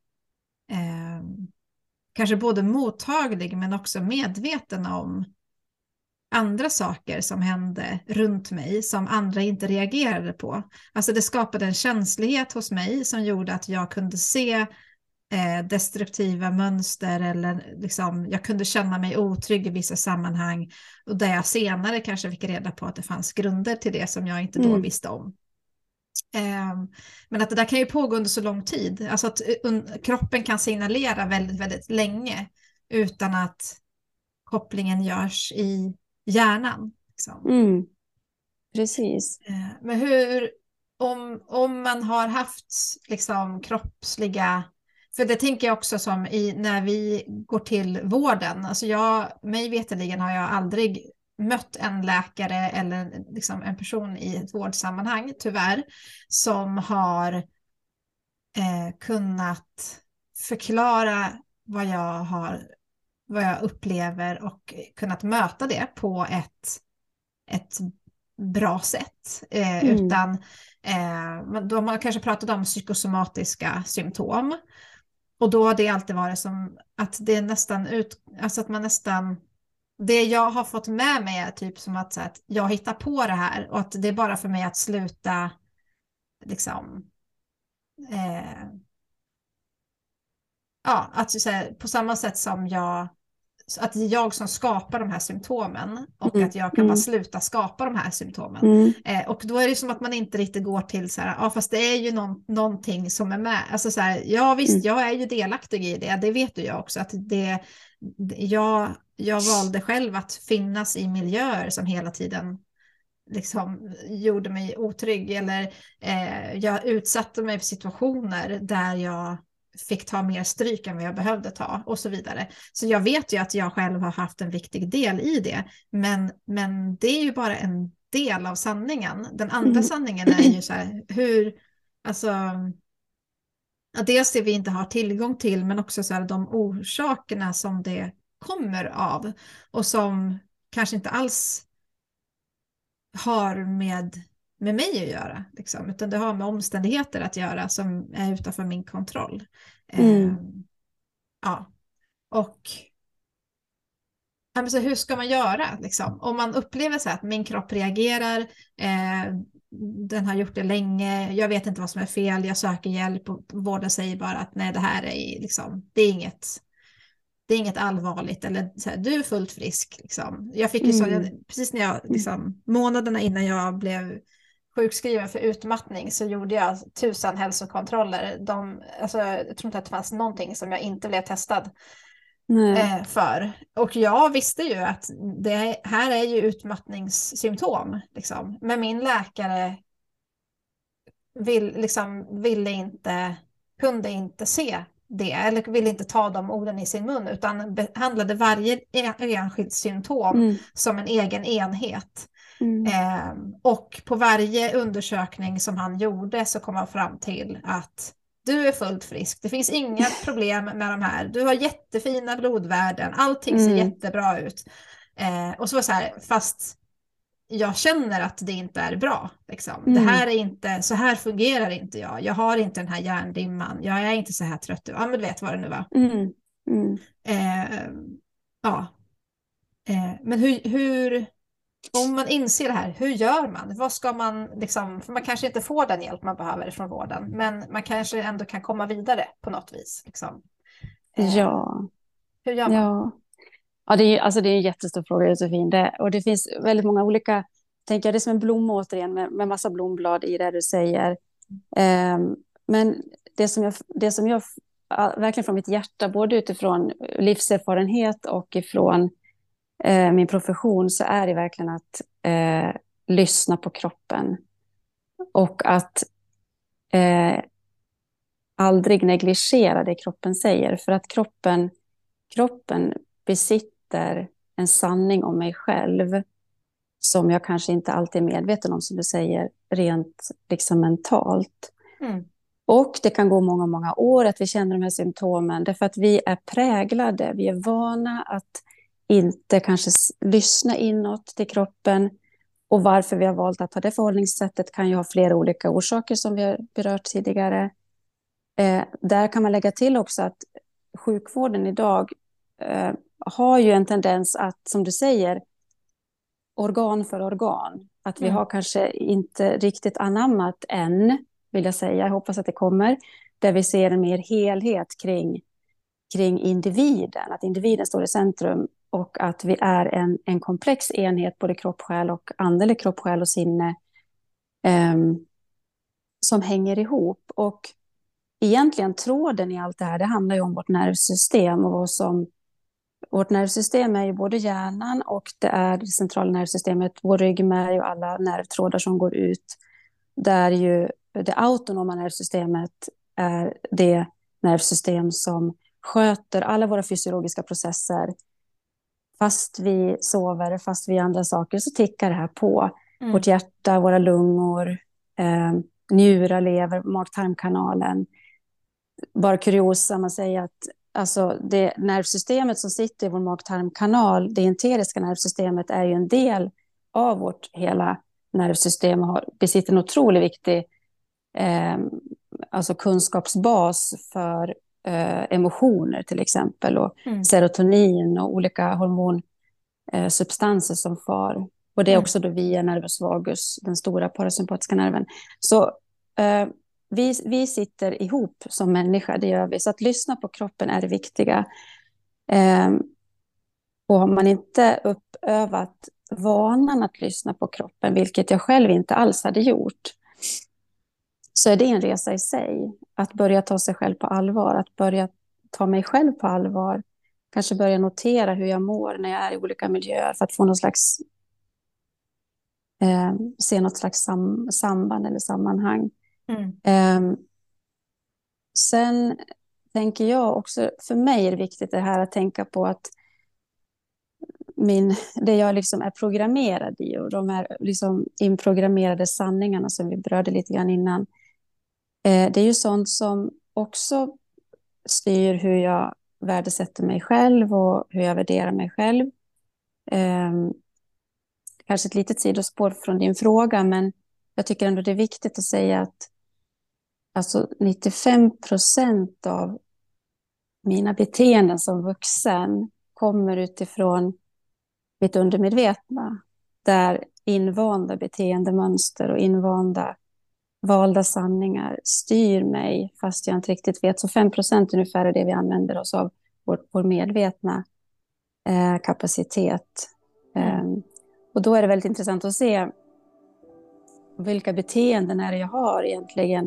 kanske både mottaglig men också medveten om andra saker som hände runt mig som andra inte reagerade på. Alltså det skapade en känslighet hos mig som gjorde att jag kunde se destruktiva mönster eller liksom, jag kunde känna mig otrygg i vissa sammanhang och där jag senare kanske fick reda på att det fanns grunder till det som jag inte då visste om. Men att det där kan ju pågå under så lång tid, alltså att kroppen kan signalera väldigt, väldigt länge utan att kopplingen görs i hjärnan. Liksom. Precis. Men om man har haft liksom kroppsliga, för det tänker jag också som när vi går till vården, alltså mig veterligen har jag aldrig mött en läkare eller liksom en person i ett vårdsammanhang, tyvärr, som har kunnat förklara vad jag upplever och kunnat möta det på ett bra sätt. Utan de har kanske pratat om psykosomatiska symptom. Och då har det alltid varit som att det är nästan alltså att man nästan, det jag har fått med mig är typ som att, så att jag hittar på det här och att det är bara för mig att sluta liksom att så här, på samma sätt som att det är jag som skapar de här symptomen och att jag kan bara sluta skapa de här symptomen. Och då är det som att man inte riktigt går till så här, fast det är ju någonting som är med. Alltså så här, ja visst, jag är ju delaktig i det vet du jag också. Att jag valde själv att finnas i miljöer som hela tiden liksom gjorde mig otrygg eller jag utsatte mig för situationer där jag fick ta mer stryk än vad jag behövde ta och så vidare. Så jag vet ju att jag själv har haft en viktig del i det, men det är ju bara en del av sanningen. Den andra sanningen är ju så här, alltså dels det vi inte har tillgång till, men också så här, de orsakerna som det kommer av och som kanske inte alls har med mig att göra, liksom, utan det har med omständigheter att göra som är utanför min kontroll. Och så hur ska man göra? Liksom? Om man upplever så att min kropp reagerar, den har gjort det länge, jag vet inte vad som är fel, jag söker hjälp och vården säger bara att nej, det här är liksom, det är inget allvarligt eller så här, du är fullt frisk. Liksom. Jag fick ju precis när jag, liksom, månaderna innan jag blev sjukskriven för utmattning så gjorde jag 1000 hälsokontroller. Alltså, jag tror inte att det fanns någonting som jag inte blev testad för. Och jag visste ju att det här är ju utmattningssymptom. Liksom. Men min läkare kunde inte se det eller ville inte ta de orden i sin mun utan behandlade varje enskilt symptom som en egen enhet. Och på varje undersökning som han gjorde så kom han fram till att du är fullt frisk, det finns inga problem med de här, du har jättefina blodvärden, allting ser jättebra ut. Och så var det så här, fast jag känner att det inte är bra. Liksom. Det här är inte, så här fungerar inte jag. Jag har inte den här hjärndimman. Jag är inte så här trött. Ja, men du vet vad det nu var. Men hur, om man inser det här, hur gör man? Vad ska man, liksom, för man kanske inte får den hjälp man behöver från vården. Men man kanske ändå kan komma vidare på något vis. Liksom. Hur gör man? Ja, det är en jättestor fråga, Josefin. Och det finns väldigt många olika, tänker jag, det är som en blomma återigen med massa blomblad i det du säger. Men det som jag verkligen från mitt hjärta, både utifrån livserfarenhet och ifrån min profession, så är det verkligen att lyssna på kroppen och att aldrig negligera det kroppen säger. För att kroppen besitter en sanning om mig själv som jag kanske inte alltid är medveten om, som du säger, rent liksom mentalt. Mm. Och det kan gå många, många år att vi känner de här symptomen, därför att vi är präglade, vi är vana att inte kanske lyssna inåt till kroppen. Och varför vi har valt att ha det förhållningssättet kan ju ha flera olika orsaker som vi har berört tidigare. Där kan man lägga till också att sjukvården idag har ju en tendens att, som du säger, organ för organ. Att vi har kanske inte riktigt anammat än, vill jag säga. Jag hoppas att det kommer. Där vi ser en mer helhet kring individen. Att individen står i centrum och att vi är en komplex enhet, både kropp, själ och andelig kropp, själ och sinne, som hänger ihop. Och egentligen tråden i allt det här, det handlar ju om vårt nervsystem. Och vårt nervsystem är ju både hjärnan och det är det centrala nervsystemet, vår ryggmärg och alla nervtrådar som går ut. Där ju det autonoma nervsystemet är det nervsystem som sköter alla våra fysiologiska processer. Fast vi sover, fast vi gör andra saker, så tickar det här på. Vårt hjärta, våra lungor, njurar, lever, mag-tarmkanalen. Bara kuriosa, man säger att alltså det nervsystemet som sitter i vår mag-tarmkanal, det enteriska nervsystemet, är ju en del av vårt hela nervsystem och besitter en otroligt viktig alltså kunskapsbas för emotioner till exempel, och serotonin och olika hormonsubstanser som far. Och det är också då via nervus vagus, den stora parasympatiska nerven. Så vi sitter ihop som människa, det gör vi. Så att lyssna på kroppen är det viktiga. Och har man inte uppövat vanan att lyssna på kroppen, vilket jag själv inte alls hade gjort, så är det en resa i sig. Att börja ta sig själv på allvar, att börja ta mig själv på allvar. Kanske börja notera hur jag mår när jag är i olika miljöer för att få någon slags, se något slags samband eller sammanhang. Sen tänker jag också, för mig är det viktigt det här att tänka på att det jag liksom är programmerad i, och de här liksom inprogrammerade sanningarna som vi berörde lite grann innan, det är ju sånt som också styr hur jag värdesätter mig själv och hur jag värderar mig själv. Kanske ett litet sidospår från din fråga, men jag tycker ändå det är viktigt att säga att alltså 95% av mina beteenden som vuxen kommer utifrån mitt undermedvetna, där invanda beteendemönster och invanda valda sanningar styr mig fast jag inte riktigt vet. Så 5% ungefär är det vi använder oss av vår medvetna kapacitet. Och då är det väldigt intressant att se vilka beteenden är det jag har egentligen.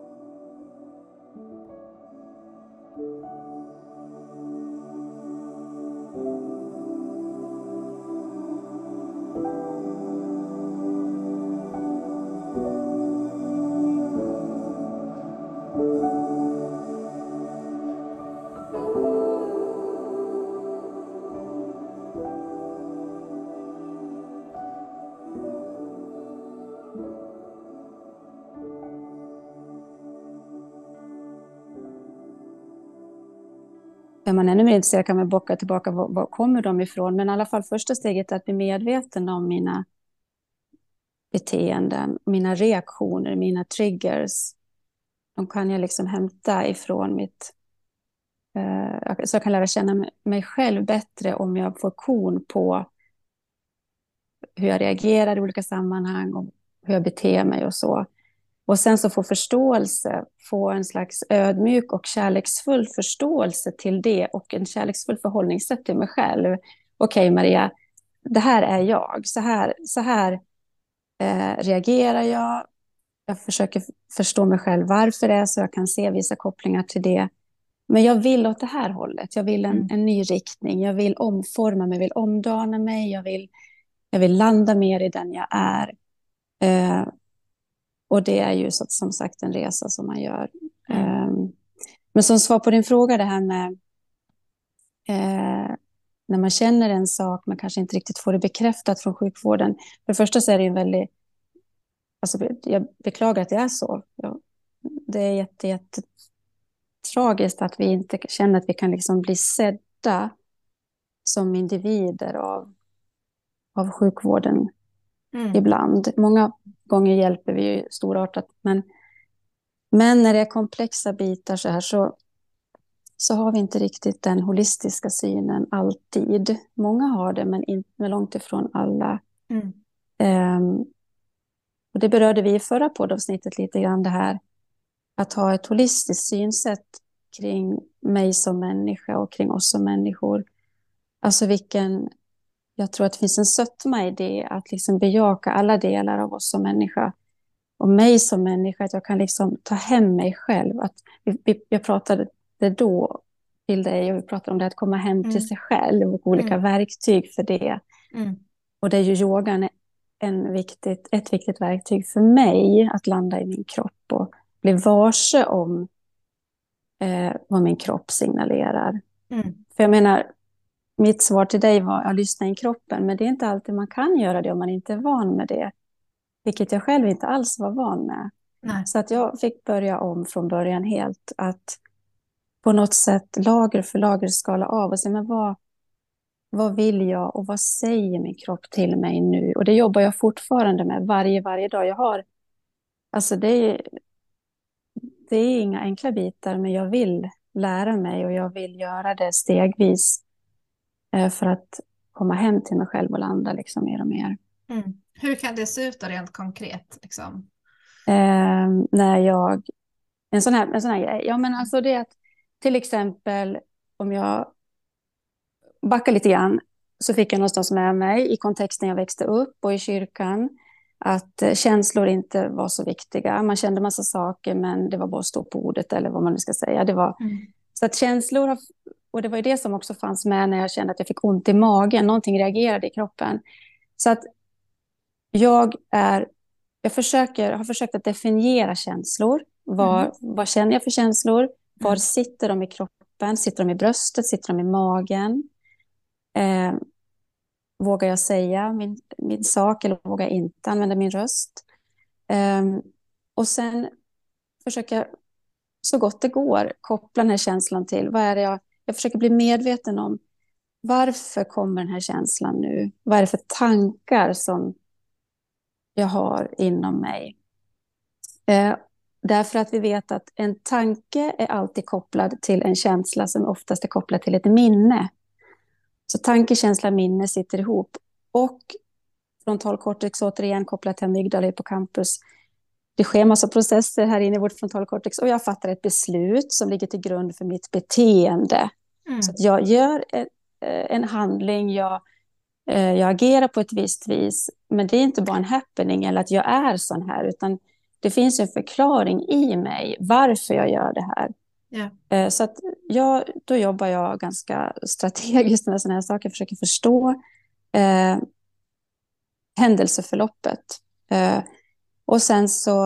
Är man ännu mer intresserad kan man bocka tillbaka var kommer de ifrån. Men i alla fall första steget är att bli medveten om mina beteenden, mina reaktioner, mina triggers. De kan jag liksom hämta ifrån mitt... så jag kan lära känna mig själv bättre om jag får kon på hur jag reagerar i olika sammanhang och hur jag beter mig och så. Och sen så få förståelse, få en slags ödmjuk och kärleksfull förståelse till det och en kärleksfull förhållningssätt till mig själv. Okej, Maria, det här är jag. Så här reagerar jag. Jag försöker förstå mig själv varför det är så. Jag kan se vissa kopplingar till det. Men jag vill åt det här hållet. Jag vill en ny riktning. Jag vill omforma mig, jag vill omdana mig. Jag vill landa mer i den jag är. Eh, och det är ju som sagt en resa som man gör. Mm. Men som svar på din fråga, det här med när man känner en sak, man kanske inte riktigt får det bekräftat från sjukvården. För det första så är det en väldigt, alltså, jag beklagar att det är så. Ja, det är tragiskt att vi inte känner att vi kan liksom bli sedda som individer av sjukvården Mm. ibland. Många gånger hjälper vi ju storartat, men när det är komplexa bitar så här så har vi inte riktigt den holistiska synen alltid. Många har det, men inte långt ifrån alla. Mm. Ehm, och det berörde vi i förra poddavsnittet lite grann, det här att ha ett holistiskt synsätt kring mig som människa och kring oss som människor. Alltså jag tror att det finns en sötma i det, att liksom bejaka alla delar av oss som människa. Och mig som människa, att jag kan liksom ta hem mig själv. Att jag pratade det då till dig och vi pratade om det att komma hem till Mm. sig själv och olika Mm. verktyg för det. Mm. Och det är ju yogan ett viktigt verktyg för mig att landa i min kropp och bli varse om vad min kropp signalerar. Mm. För jag menar, mitt svar till dig var att lyssna in kroppen, men det är inte alltid man kan göra det om man inte är van med det. Vilket jag själv inte alls var van med. Nej. Så att jag fick börja om från början helt. Att på något sätt lager för lager skala av och se, men vad vill jag och vad säger min kropp till mig nu? Och det jobbar jag fortfarande med varje dag. Alltså det är inga enkla bitar, men jag vill lära mig och jag vill göra det stegvis för att komma hem till mig själv och landa liksom mer och mer. Mm. Hur kan det se ut då rent konkret? Liksom? När en sån här grej, ja men alltså det är att till exempel om jag backar lite grann så fick jag någonstans med mig i kontexten jag växte upp och i kyrkan att känslor inte var så viktiga. Man kände massa saker men det var bara att stå på ordet eller vad man nu ska säga. Mm. Så att och det var ju det som också fanns med när jag kände att jag fick ont i magen, någonting reagerade i kroppen. Så att jag har försökt att definiera känslor. Mm. Vad känner jag för känslor? Var Mm. sitter de i kroppen? Sitter de i bröstet? Sitter de i magen? Eh, vågar jag säga min sak eller vågar jag inte använda min röst? Eh, och sen försöker jag så gott det går koppla den här känslan till vad är det jag försöker bli medveten om. Varför kommer den här känslan nu? Vad är det för tankar som jag har inom mig? Därför att vi vet att en tanke är alltid kopplad till en känsla som oftast är kopplad till ett minne. Så tanke, känsla, minne sitter ihop. Och frontalkortex återigen kopplat till amygdala, hippocampus. Det sker massa processer här inne i vårt frontalkortex och jag fattar ett beslut som ligger till grund för mitt beteende. Så Mm. att jag gör en handling, jag agerar på ett visst vis, men det är inte bara en happening eller att jag är sån här, utan det finns en förklaring i mig varför jag gör det här. Yeah. Så att då jobbar jag ganska strategiskt med såna här saker, försöker förstå händelseförloppet. Och sen så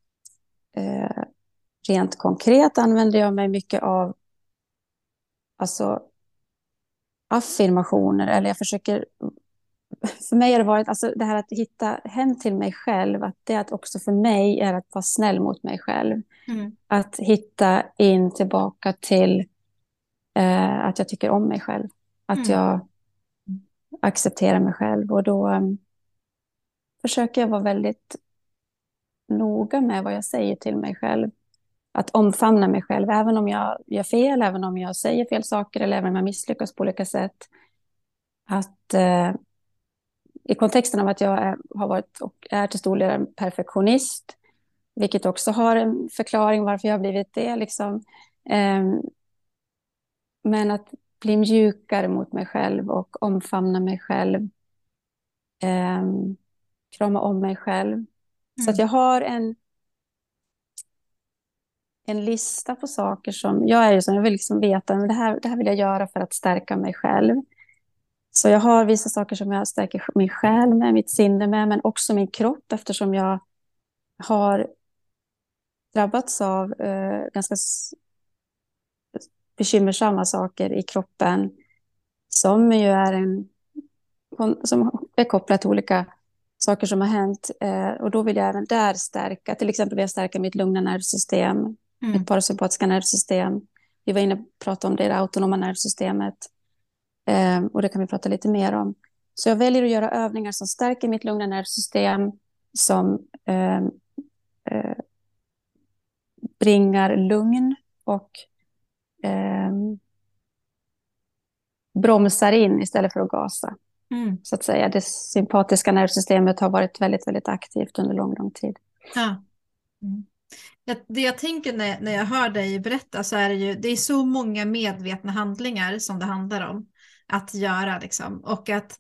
rent konkret använder jag mig mycket av alltså, affirmationer, eller jag försöker. För mig har det varit alltså, det här att hitta hem till mig själv, att det att också för mig är att vara snäll mot mig själv. Mm. Att hitta in tillbaka till att jag tycker om mig själv. Att Mm. jag accepterar mig själv. Och då försöker jag vara väldigt noga med vad jag säger till mig själv. Att omfamna mig själv, även om jag gör fel, även om jag säger fel saker eller även om jag misslyckas på olika sätt. Att i kontexten av att har varit och är till stor del en perfektionist, vilket också har en förklaring varför jag har blivit det. Liksom. Men att bli mjukare mot mig själv och omfamna mig själv. Krama om mig själv. Så att Mm. jag har en lista på saker som jag är ju som jag vill liksom veta, men det här vill jag göra för att stärka mig själv. Så jag har vissa saker som jag stärker min själ med, mitt sinne med, men också min kropp eftersom jag har drabbats av ganska bekymmersamma saker i kroppen som ju är som är kopplat till olika saker som har hänt. Och då vill jag även där stärka, till exempel vill jag stärka mitt lugna nervsystem, mitt parasympatiska nervsystem. Vi var inne och pratade om det autonoma nervsystemet. Och det kan vi prata lite mer om. Så jag väljer att göra övningar som stärker mitt lugna nervsystem, som bringar lugn och bromsar in istället för att gasa. Så att säga. Det sympatiska nervsystemet har varit väldigt, väldigt aktivt under lång, lång tid. Ja. Det jag tänker när jag hör dig berätta, så är det är så många medvetna handlingar som det handlar om att göra liksom. Och att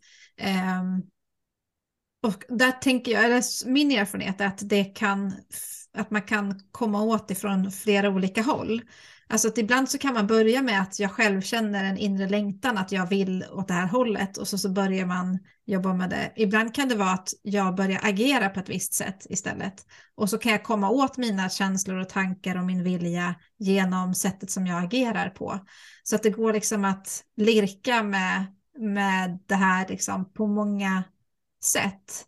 och där tänker jag, eller min erfarenhet är att man kan komma åt ifrån flera olika håll. Alltså att ibland så kan man börja med att jag själv känner en inre längtan att jag vill åt det här hållet, och så börjar man jobba med det. Ibland kan det vara att jag börjar agera på ett visst sätt istället, och så kan jag komma åt mina känslor och tankar och min vilja genom sättet som jag agerar på. Så att det går liksom att lirka med det här liksom på många sätt.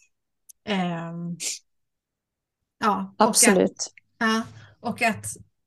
Ja, Absolut. Och att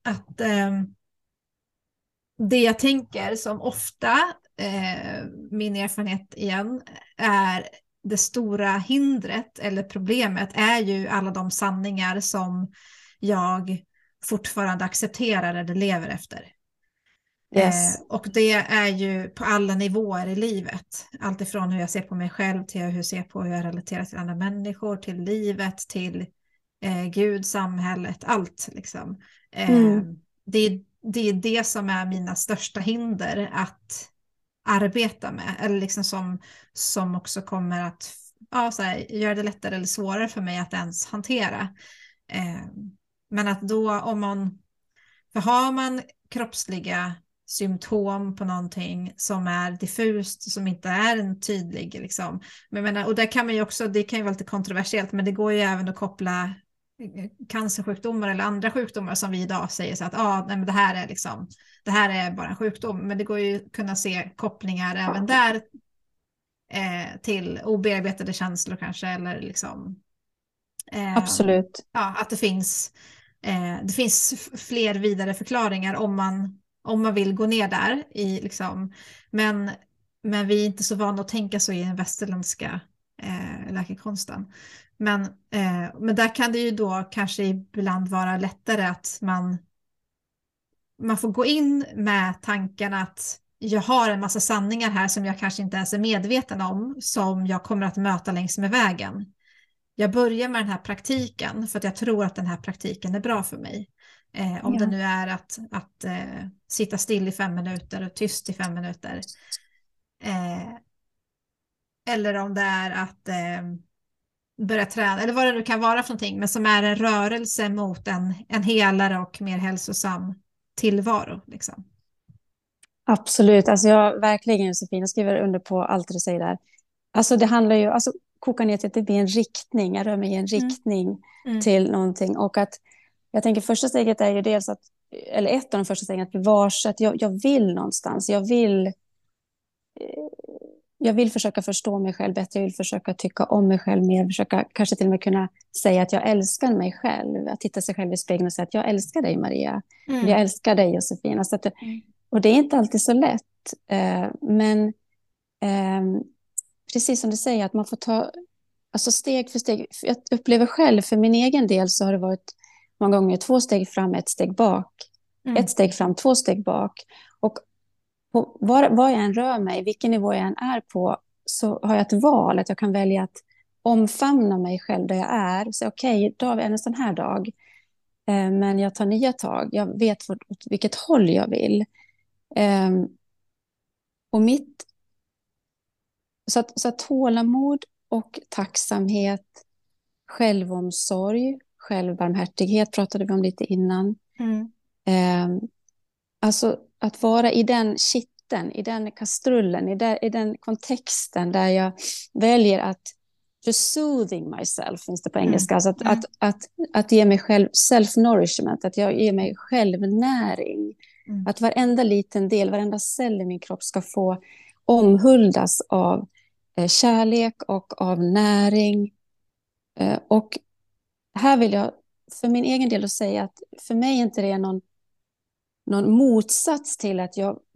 det jag tänker som ofta, min erfarenhet igen, är det stora hindret eller problemet är ju alla de sanningar som jag fortfarande accepterar eller lever efter. Yes. Och det är ju på alla nivåer i livet. Allt ifrån hur jag ser på mig själv till hur jag ser på hur jag relaterar till andra människor, till livet, till Gud, samhället, allt liksom. Det är det som är mina största hinder att arbeta med. Eller liksom som också kommer att göra det lättare eller svårare för mig att ens hantera. Men att då har man kroppsliga symptom på någonting som är diffust, som inte är en tydlig liksom. Men jag menar, och där kan man ju också, det kan ju vara lite kontroversiellt, men det går ju även att koppla cancersjukdomar eller andra sjukdomar som vi idag säger så att nej, men det här är bara en sjukdom, men det går ju att kunna se kopplingar även där till obearbetade känslor kanske, eller liksom Absolut. att det finns fler vidare förklaringar om man vill gå ner där i liksom, men vi är inte så vana att tänka så i den västerländska läkekonsten. Men där kan det ju då kanske ibland vara lättare att man får gå in med tanken att jag har en massa sanningar här som jag kanske inte ens är medveten om, som jag kommer att möta längs med vägen. Jag börjar med den här praktiken för att jag tror att den här praktiken är bra för mig. Om det nu är att sitta still i 5 minuter och tyst i 5 minuter. Eller om det är att börja träna, eller vad det nu kan vara för någonting, men som är en rörelse mot en helare och mer hälsosam tillvaro. Liksom. Absolut. Alltså jag verkligen, Josefin, jag skriver under på allt du säger där. Alltså det handlar ju, koka ner till att det blir en riktning. Jag rör mig i en riktning till någonting. Och att jag tänker första steget är ju dels eller ett av de första stegen att bli varse att jag vill någonstans. Jag vill försöka förstå mig själv bättre. Jag vill försöka tycka om mig själv mer. Försöka kanske till och med kunna säga att jag älskar mig själv. Att titta sig själv i spegeln och säga att jag älskar dig, Maria. Jag älskar dig, Josefin. Alltså och det är inte alltid så lätt. Men precis som du säger, att man får ta steg för steg. Jag upplever själv, för min egen del så har det varit många gånger 2 steg fram, 1 steg bak. 1 steg fram, 2 steg bak. Och var jag än rör mig, vilken nivå jag än är på, så har jag ett val. Att jag kan välja att omfamna mig själv där jag är. Så okej, idag är en sån här dag. Men jag tar nya tag. Jag vet vilket håll jag vill. Och så att tålamod och tacksamhet, självomsorg, självbarmhärtighet pratade vi om lite innan. Alltså att vara i den liten, i den kastrullen, i den kontexten där jag väljer att just soothing myself, finns det på engelska, alltså att ge mig själv self-nourishment, att jag ger mig självnäring. Att varenda liten del, varenda cell i min kropp ska få omhuldas av kärlek och av näring. Och här vill jag för min egen del säga att för mig inte det är någon motsats till att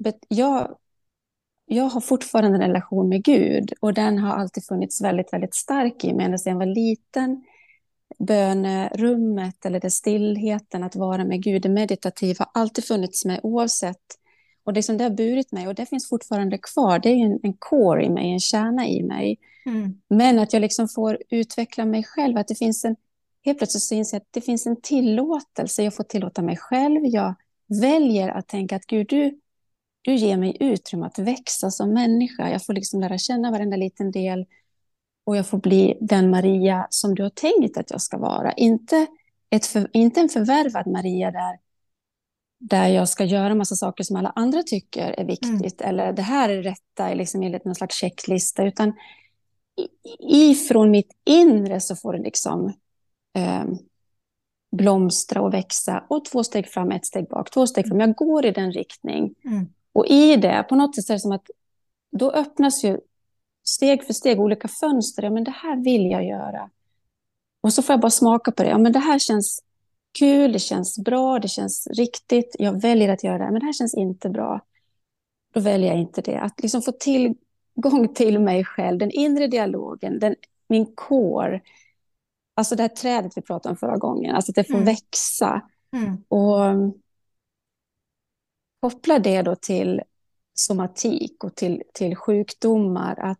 jag har fortfarande en relation med Gud, och den har alltid funnits väldigt, väldigt stark i mig. När jag var liten, bönerummet eller det stillheten, att vara med Gud, det meditativa, har alltid funnits med oavsett. Och det som det har burit mig, och det finns fortfarande kvar, det är en core i mig, en kärna i mig. Men att jag liksom får utveckla mig själv, att det finns helt plötsligt så inser jag att det finns en tillåtelse. Jag får tillåta mig själv. Jag väljer att tänka att Gud, du ger mig utrymme att växa som människa. Jag får liksom lära känna varenda liten del. Och jag får bli den Maria som du har tänkt att jag ska vara. Inte en förvärvad Maria där jag ska göra en massa saker som alla andra tycker är viktigt. Eller det här är rätta, liksom enligt någon slags checklista. Utan ifrån mitt inre så får det liksom blomstra och växa. Och 2 steg fram, 1 steg bak. 2 steg fram. Jag går i den riktning. Och i det, på något sätt är det som att då öppnas ju steg för steg olika fönster. Ja, men det här vill jag göra. Och så får jag bara smaka på det. Ja, men det här känns kul, det känns bra, det känns riktigt. Jag väljer att göra det. Men det här känns inte bra. Då väljer jag inte det. Att liksom få tillgång till mig själv, den inre dialogen, min core. Alltså det här trädet vi pratade om förra gången. Alltså att det får växa. Och koppla det då till somatik och till sjukdomar.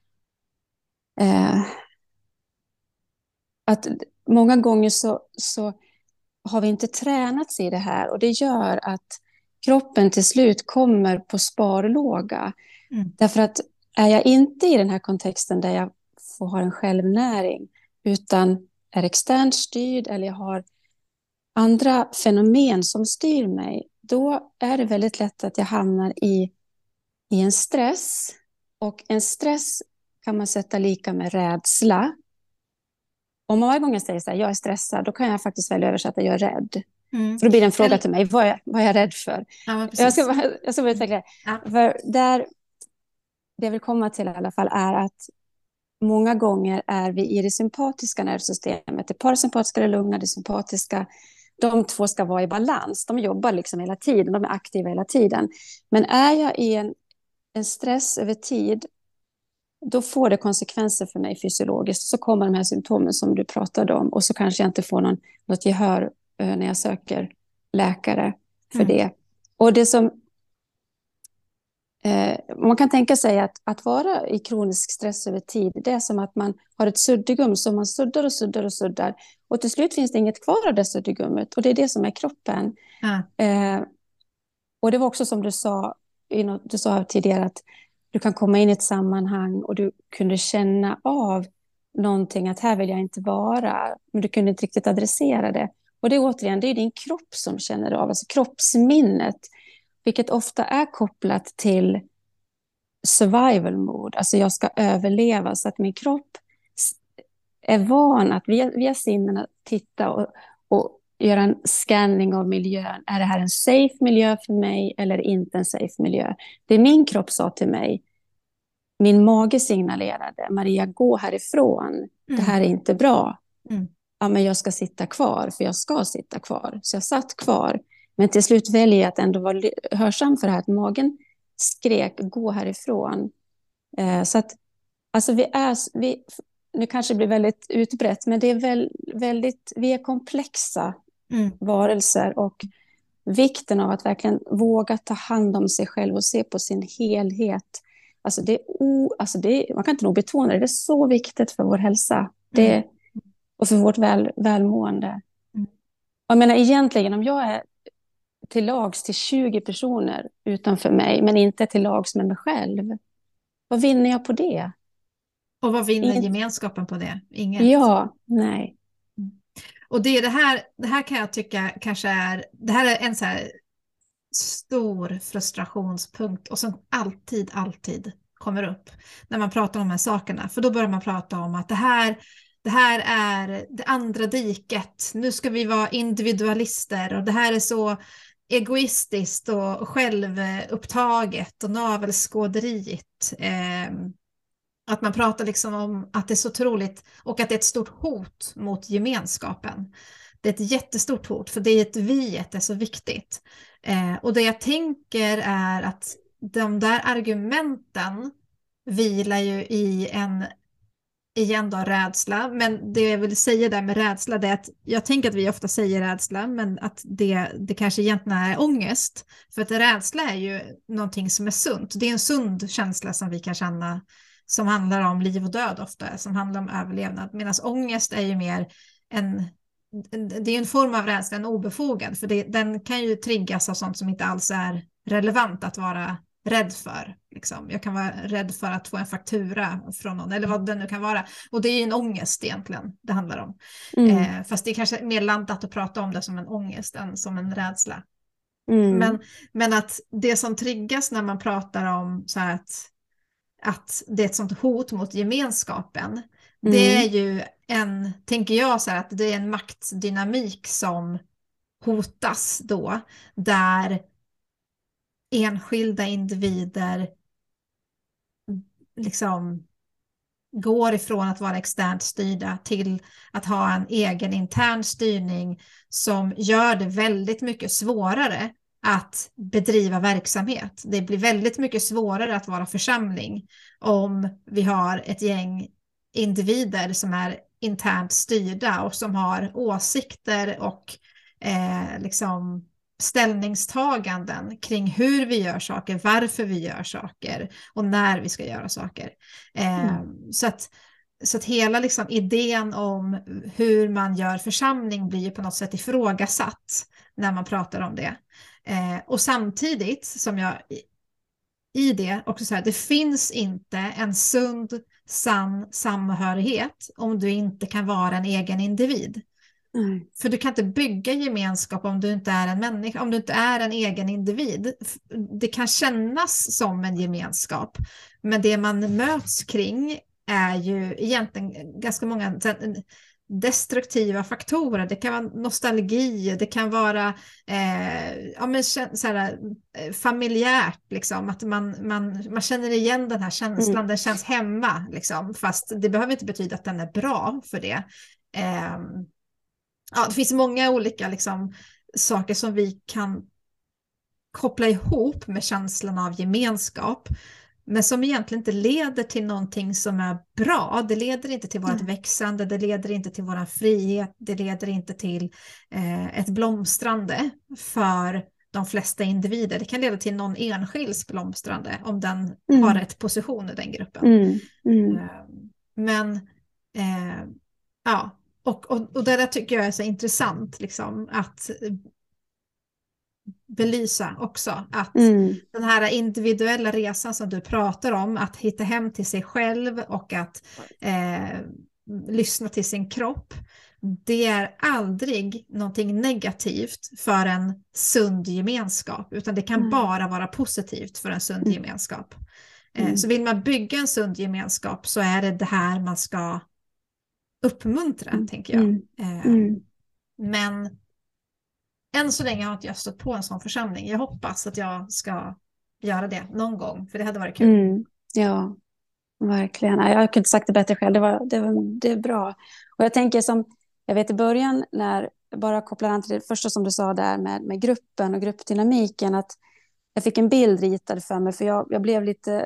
Att många gånger så har vi inte tränats i det här. Och det gör att kroppen till slut kommer på sparlåga. Därför att är jag inte i den här kontexten där jag får ha en självnäring, utan är externt styrd eller jag har andra fenomen som styr mig, då är det väldigt lätt att jag hamnar i en stress. Och en stress kan man sätta lika med rädsla. Om man varje gång jag säger så här, jag är stressad, då kan jag faktiskt välja översätta, jag är rädd. För då blir det en fråga till mig, vad är jag rädd för? Ja, jag ska bara utveckla det. Ja. För det jag vill komma till i alla fall är att många gånger är vi i det sympatiska nervsystemet. Det parasympatiska, det lugna, det sympatiska. De 2 ska vara i balans. De jobbar liksom hela tiden, de är aktiva hela tiden. Men är jag i en stress över tid, då får det konsekvenser för mig fysiologiskt. Så kommer de här symptomen som du pratade om. Och så kanske jag inte får något gehör när jag söker läkare för det. Och det som man kan tänka sig att vara i kronisk stress över tid, det är som att man har ett suddgum som man suddar och suddar och suddar. Och till slut finns det inget kvar av det suddgummet. Och det är det som är kroppen. Och det var också som du sa tidigare, att du kan komma in i ett sammanhang och du kunde känna av någonting, att här vill jag inte vara. Men du kunde inte riktigt adressera det. Och det är återigen, det är din kropp som känner av, alltså kroppsminnet. Vilket ofta är kopplat till survival mode. Alltså jag ska överleva, så att min kropp är van att via sinnena titta och göra en scanning av miljön. Är det här en safe miljö för mig eller inte en safe miljö? Det min kropp sa till mig, min mage signalerade, Maria, gå härifrån. Det här är inte bra. Ja, men jag ska sitta kvar, för jag ska sitta kvar. Så jag satt kvar. Men till slut väljer jag att ändå vara hörsam för det här, att magen skrek, gå härifrån. Så att, alltså nu kanske det blir väldigt utbrett, men det är vi är komplexa varelser, och vikten av att verkligen våga ta hand om sig själv och se på sin helhet. Alltså man kan inte nog betona det, det är så viktigt för vår hälsa och för vårt välmående. Jag menar egentligen, om jag är till lags till 20 personer utanför mig, men inte till lags med mig själv, vad vinner jag på det? Och vad vinner gemenskapen på det? Inget. Ja, nej. Och det här kan jag tycka kanske är, det här är en så här stor frustrationspunkt och som alltid kommer upp när man pratar om de här sakerna. För då börjar man prata om att det här är det andra diket. Nu ska vi vara individualister och det här är så egoistiskt och självupptaget och navelskåderigt. Att man pratar liksom om att det är så otroligt och att det är ett stort hot mot gemenskapen. Det är ett jättestort hot för det är ett viet är så viktigt. Och det jag tänker är att de där argumenten vilar ju i en igen då rädsla, men det jag vill säga där med rädsla det är att jag tänker att vi ofta säger rädsla, men att det kanske egentligen är ångest, för att rädsla är ju någonting som är sunt, det är en sund känsla som vi kan känna som handlar om liv och död ofta, som handlar om överlevnad, medan ångest är ju mer det är en form av rädsla, en obefogad, för den kan ju triggas av sånt som inte alls är relevant att vara rädd för. Liksom. Jag kan vara rädd för att få en faktura från någon, eller vad det nu kan vara. Och det är ju en ångest egentligen det handlar om. Fast det är kanske mer laddat att prata om det som en ångest än som en rädsla. Men att det som triggas när man pratar om så här att det är ett sånt hot mot gemenskapen, det är ju tänker jag så här, att det är en maktdynamik som hotas då, där enskilda individer liksom går ifrån att vara externt styrda till att ha en egen intern styrning som gör det väldigt mycket svårare att bedriva verksamhet. Det blir väldigt mycket svårare att vara församling om vi har ett gäng individer som är internt styrda och som har åsikter och liksom ställningstaganden kring hur vi gör saker, varför vi gör saker och när vi ska göra saker. Så att hela liksom idén om hur man gör församling blir på något sätt ifrågasatt när man pratar om det. Och samtidigt som jag i det också så här, det finns inte en sund, sann samhörighet om du inte kan vara en egen individ. För du kan inte bygga gemenskap om du inte är en människa, om du inte är en egen individ. Det kan kännas som en gemenskap, men det man möts kring är ju egentligen ganska många destruktiva faktorer. Det kan vara nostalgi, det kan vara familjärt, liksom, att man känner igen den här känslan, den känns hemma, liksom, fast det behöver inte betyda att den är bra för det. Det finns många olika liksom, saker som vi kan koppla ihop med känslan av gemenskap, men som egentligen inte leder till någonting som är bra. Det leder inte till vårt växande, det leder inte till vår frihet, det leder inte till ett blomstrande för de flesta individer. Det kan leda till någon enskilds blomstrande om den har rätt position i den gruppen. Och det där tycker jag är så intressant, liksom, att belysa också, att den här individuella resan som du pratar om, att hitta hem till sig själv och att lyssna till sin kropp, det är aldrig någonting negativt för en sund gemenskap, utan det kan bara vara positivt för en sund gemenskap. Så vill man bygga en sund gemenskap så är det här man ska uppmuntra, tänker jag. Men än så länge har inte jag stött på en sån församling. Jag hoppas att jag ska göra det någon gång, för det hade varit kul. Ja, verkligen. Jag kunde inte sagt det bättre själv. Det är bra. Och jag tänker jag vet i början, när jag bara kopplar an till det första som du sa där med gruppen och gruppdynamiken, att jag fick en bild ritad för mig, för jag blev lite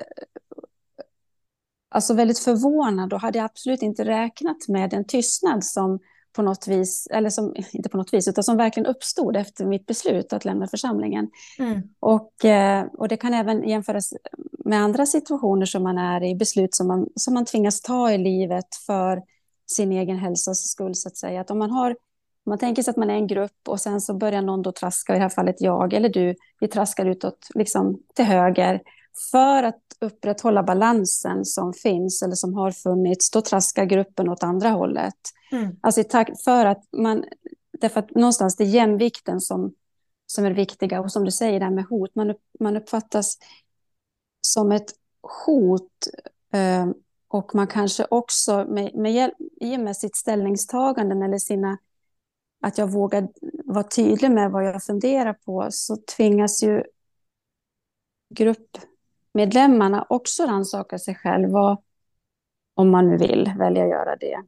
väldigt förvånad och hade absolut inte räknat med en tystnad som på något vis, eller som inte på något vis, utan som verkligen uppstod efter mitt beslut att lämna församlingen. Och det kan även jämföras med andra situationer som man är i, beslut som man tvingas ta i livet för sin egen hälsas skull, så att säga. Att om man tänker sig att man är en grupp och sen så börjar någon då traska, i det här fallet jag eller du, vi traskar utåt liksom till höger för att upprätthålla balansen som finns eller som har funnits, då traskar gruppen åt andra hållet. Alltså därför att någonstans det är jämvikten som som är viktiga. Och som du säger, det här med hot. Man uppfattas som ett hot. Eh, och man kanske också i och med sitt ställningstagande eller att jag vågar vara tydlig med vad jag funderar på, så tvingas ju gruppmedlemmarna också rannsaka sig själva, om man nu vill välja att göra det.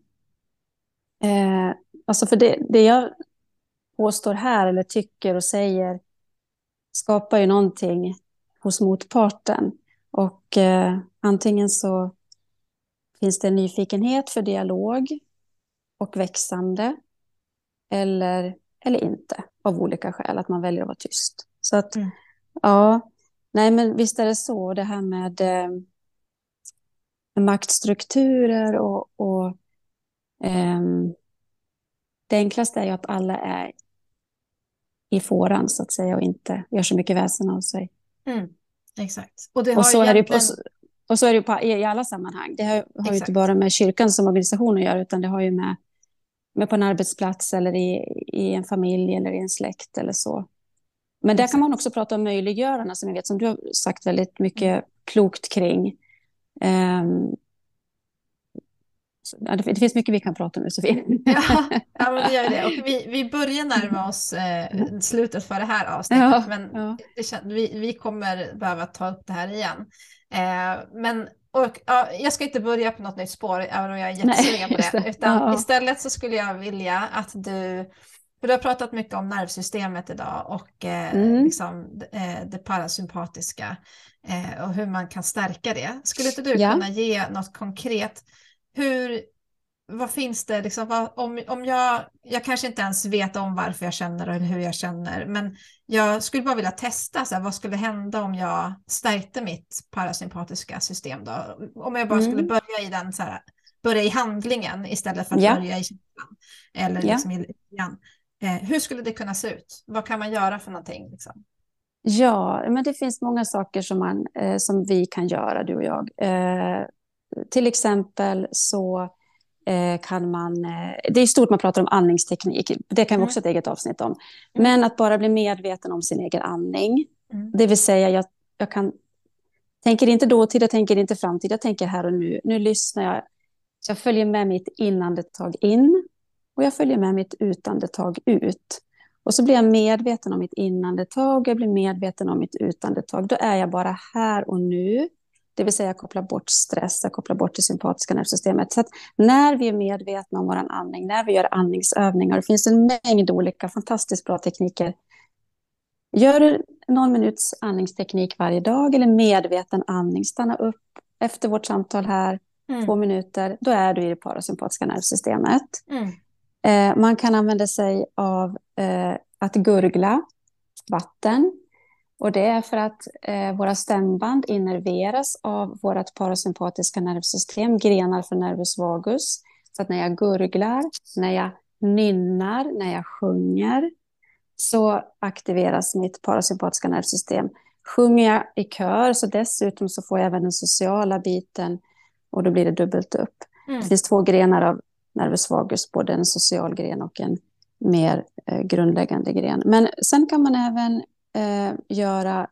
Alltså för det jag påstår här eller tycker och säger skapar ju någonting hos motparten. Och antingen så finns det en nyfikenhet för dialog och växande, eller inte, av olika skäl, att man väljer att vara tyst. Så att, ja, nej men visst är det så, det här med maktstrukturer och det enklaste är ju att alla är i fåran så att säga och inte gör så mycket väsen av sig. Exakt. Och det Och har så ju är det egentligen... och så är det ju i alla sammanhang. Det har ju inte bara med kyrkan som organisation att göra, utan det har ju med på en arbetsplats eller i en familj eller i en släkt eller så. Men där kan man också prata om möjliggörarna, som jag vet, som du har sagt väldigt mycket klokt kring. Det finns mycket vi kan prata om, Josefin. Ja, men det gör det. Och vi börjar närma oss slutet för det här avsnittet. Men vi kommer behöva ta upp det här igen. Jag ska inte börja på något nytt spår, även om jag är jättesugen på det. Utan istället så skulle jag vilja att för du har pratat mycket om nervsystemet idag och liksom, det parasympatiska och hur man kan stärka det. Skulle inte du kunna ge något konkret? Vad finns det liksom, om jag kanske inte ens vet om varför jag känner eller hur jag känner, men jag skulle bara vilja testa så här, vad skulle hända om jag stärkte mitt parasympatiska system då? Om jag bara skulle börja i den så här, börja i handlingen istället för att börja i känslan eller liksom igen. Hur skulle det kunna se ut? Vad kan man göra för någonting liksom? Ja, men det finns många saker som vi kan göra, du och jag. Till exempel så kan man... det är stort, man pratar om andningsteknik. Det kan vi också ha ett eget avsnitt om. Men att bara bli medveten om sin egen andning. Det vill säga, jag tänker inte dåtid, jag tänker inte framtid, jag tänker här och nu. Nu lyssnar jag. Så jag följer med mitt inandetag in och jag följer med mitt utandetag ut. Och så blir jag medveten om mitt inandetag, jag blir medveten om mitt utandetag. Då är jag bara här och nu. Det vill säga jag kopplar bort stress, jag kopplar bort det sympatiska nervsystemet. Så att när vi är medvetna om vår andning, när vi gör andningsövningar, det finns en mängd olika fantastiskt bra tekniker. Gör du någon minuts andningsteknik varje dag eller medveten andning, stanna upp efter vårt samtal här, 2 minuter, då är du i det parasympatiska nervsystemet. Man kan använda sig av att gurgla vatten. Och det är för att våra stämband innerveras av vårt parasympatiska nervsystem, grenar för nervus vagus. Så att när jag gurglar, när jag nynnar, när jag sjunger, så aktiveras mitt parasympatiska nervsystem. Sjunger jag i kör, så dessutom så får jag även den sociala biten och då blir det dubbelt upp. Det finns 2 grenar av nervus vagus, både en social gren och en mer grundläggande gren. Men sen kan man även göra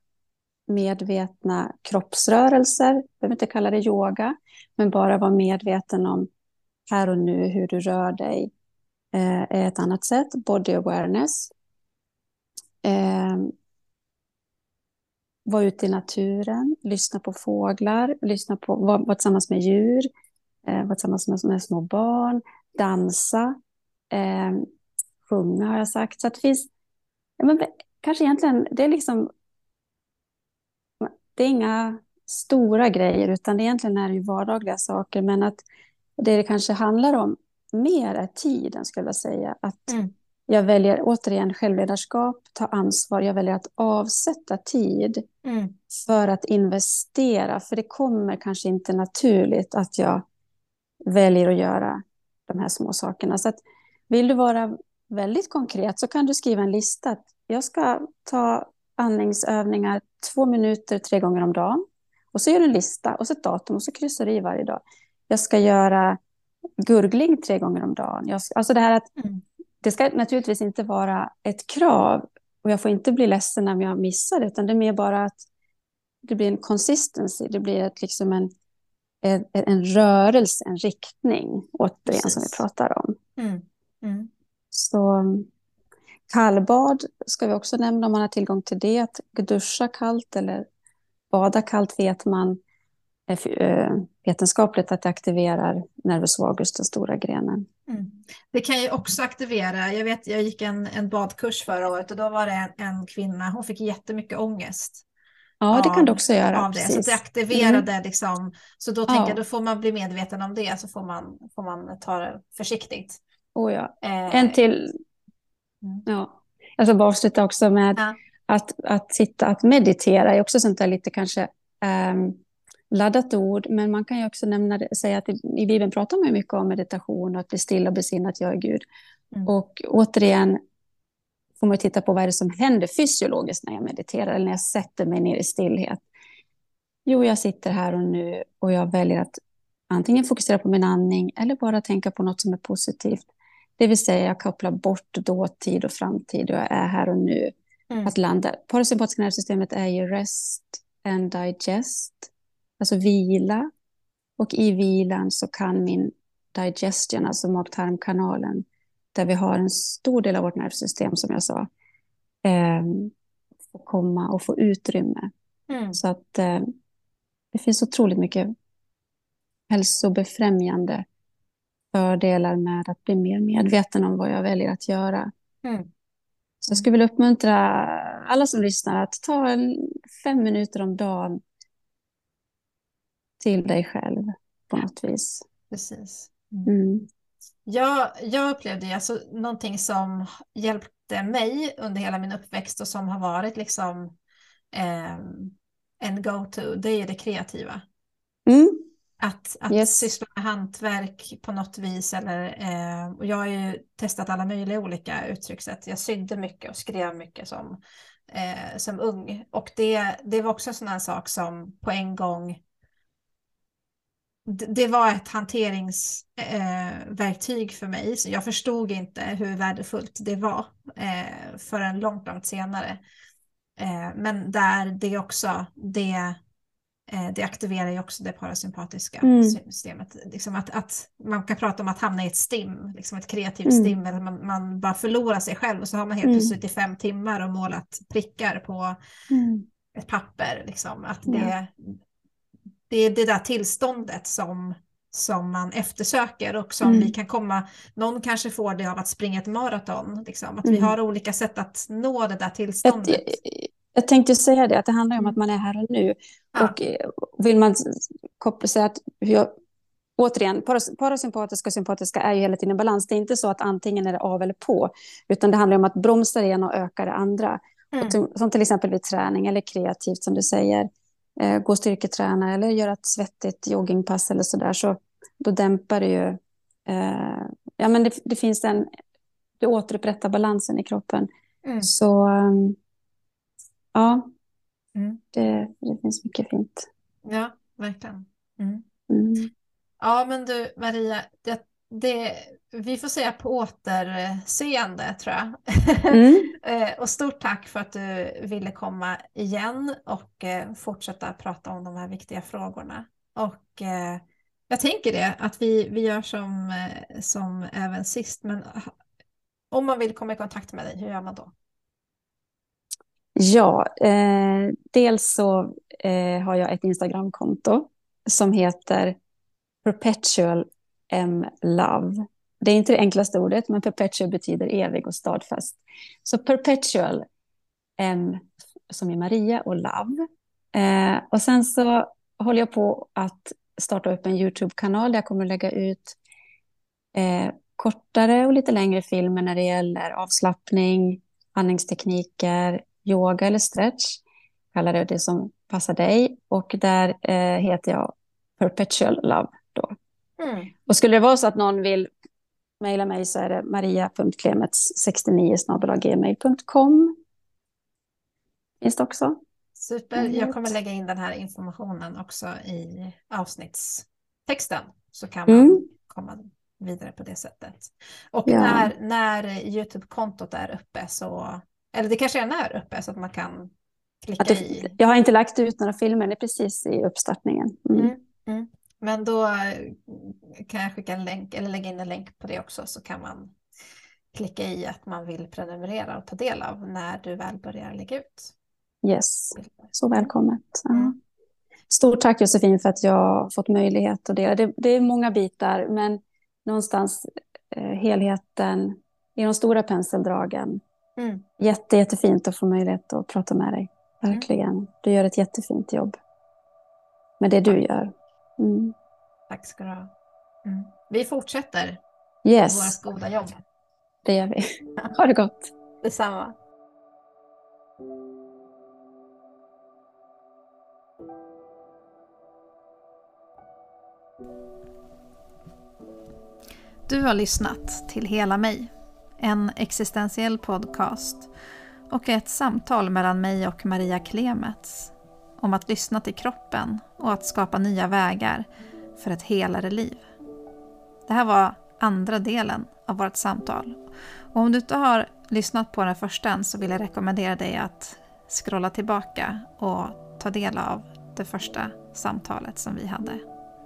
medvetna kroppsrörelser. Jag behöver inte kalla det yoga, men bara vara medveten om här och nu, hur du rör dig är ett annat sätt. Body awareness. Vara ute i naturen, lyssna på fåglar, vara tillsammans med djur, vara tillsammans med små barn, dansa, sjunga har jag sagt. Så att det finns, kanske egentligen, det är inga stora grejer, utan det egentligen är ju vardagliga saker, men att det kanske handlar om mer är tiden, skulle jag säga. Att jag väljer återigen självledarskap, ta ansvar, jag väljer att avsätta tid för att investera, för det kommer kanske inte naturligt att jag väljer att göra de här små sakerna. Så att vill du vara väldigt konkret så kan du skriva en lista att jag ska ta andningsövningar 2 minuter 3 gånger om dagen. Och så gör du en lista och så ett datum och så kryssar du i varje dag. Jag ska göra gurgling 3 gånger om dagen. Alltså det här att det ska naturligtvis inte vara ett krav Och jag får inte bli ledsen om jag missar det, utan det är mer bara att det blir en consistency. Det blir liksom en rörelse, en riktning återigen som vi Precis. pratar om. Mm. Mm. Så kallbad ska vi också nämna om man har tillgång till det. Att duscha kallt eller bada kallt vet man vetenskapligt att det aktiverar nervus vagus, den stora grenen. Mm. Det kan ju också aktivera, jag vet jag gick en badkurs förra året och då var det en kvinna, hon fick jättemycket ångest Ja, det kan det också göra, av det. Så att det precis. aktiverade liksom, så då tänker jag Ja, då får man bli medveten om det, så får man ta det försiktigt. oh ja. En Eh, till, mm. ja. Jag ska bara avsluta också med Ja. att sitta, att meditera är också sånt där lite kanske laddat ord, men man kan ju också säga att i Bibeln pratar man ju mycket om meditation och att bli stilla och besinna att jag är Gud. Mm. Och återigen får man titta på vad är det som händer fysiologiskt när jag mediterar eller när jag sätter mig ner i stillhet. Jo, jag sitter här och nu och jag väljer att antingen fokusera på min andning eller bara tänka på något som är positivt. Det vill säga jag kopplar bort dåtid och framtid och jag är här och nu. Mm. Att landa. Parasympatiska nervsystemet är ju rest and digest, alltså vila. Och i vilan så kan min digestion, alltså mag-tarmkanalen, där vi har en stor del av vårt nervsystem som jag sa, få komma och få utrymme. Mm. Så att det finns otroligt mycket hälsobefrämjande fördelar med att bli mer medveten om vad jag väljer att göra. Mm. Så jag skulle vilja uppmuntra alla som lyssnar att ta 5 minuter om dagen till dig själv på något vis. Precis. Mm. Jag upplevde alltså någonting som hjälpte mig under hela min uppväxt och som har varit liksom en go-to, det är det kreativa. Mm. Att Yes. syssla med hantverk på något vis. Och jag har ju testat alla möjliga olika uttryckssätt. Jag sydde mycket och skrev mycket som ung. Och det var också en sån här sak som på en gång det var ett hanteringsverktyg för mig. Så jag förstod inte hur värdefullt det var förrän långt senare. Men där det aktiverar ju också det parasympatiska systemet. Liksom att man kan prata om att hamna i ett stim, liksom ett kreativt stim, eller man bara förlorar sig själv och så har man helt plötsligt i 5 timmar och målat prickar på ett papper. Liksom. Att det är det där tillståndet som man eftersöker och som vi kan komma, någon kanske får det av att springa ett maraton, liksom. Att vi har olika sätt att nå det där tillståndet. Jag tänkte säga det, att det handlar om att man är här och nu. Ja. Och vill man koppla sig att, återigen, parasympatiska och sympatiska är ju hela tiden i balans. Det är inte så att antingen är det av eller på, utan det handlar om att bromsa det ena och öka det andra. Som till exempel vid träning eller kreativt som du säger. Gå styrketräna eller göra ett svettigt joggingpass eller sådär, så då dämpar det ju ja, men det finns det återupprättar balansen i kroppen. Så ja, det finns mycket fint. Ja, verkligen. Ja, men du Maria, vi får säga på återseende, tror jag. Och stort tack för att du ville komma igen och fortsätta prata om de här viktiga frågorna. Och jag tänker det, att vi gör som även sist, men om man vill komma i kontakt med dig, hur gör man då? Ja, dels så har jag ett Instagramkonto som heter Perpetual M Love. Det är inte det enklaste ordet, men perpetual betyder evig och stadfast. Så Perpetual M som är Maria och Love. Och sen så håller jag på att starta upp en YouTube-kanal där jag kommer att lägga ut kortare och lite längre filmer när det gäller avslappning, andningstekniker, yoga eller stretch. Kallar det som passar dig. Och där heter jag Perpetual Love då. Och skulle det vara så att någon vill mejla mig så är det maria.klemets69@gmail.com. Finns det också. Super, jag kommer lägga in den här informationen också i avsnittstexten, så kan man komma vidare på det sättet. Och när YouTube-kontot är uppe så Eller det kanske är här uppe så att man kan klicka i. Jag har inte lagt ut några filmer, det är precis i uppstartningen. Men då kan jag skicka en länk eller lägga in en länk på det också, så kan man klicka i att man vill prenumerera och ta del av när du väl börjar lägga ut. Yes, så välkommet. Stort tack Josefin för att jag har fått möjlighet att dela. Det är många bitar, men någonstans helheten i de stora penseldragen. Jättefint att få möjlighet att prata med dig. Verkligen. Du gör ett jättefint jobb med det du gör. Tack ska du ha. Vi fortsätter vårt goda jobb. Det gör vi. Ha det gott. Detsamma. Du har lyssnat till Hela mig, en existentiell podcast och ett samtal mellan mig och Maria Klemets om att lyssna till kroppen och att skapa nya vägar för ett helare liv. Det här var andra delen av vårt samtal. Och om du inte har lyssnat på den första än, så vill jag rekommendera dig att scrolla tillbaka och ta del av det första samtalet som vi hade.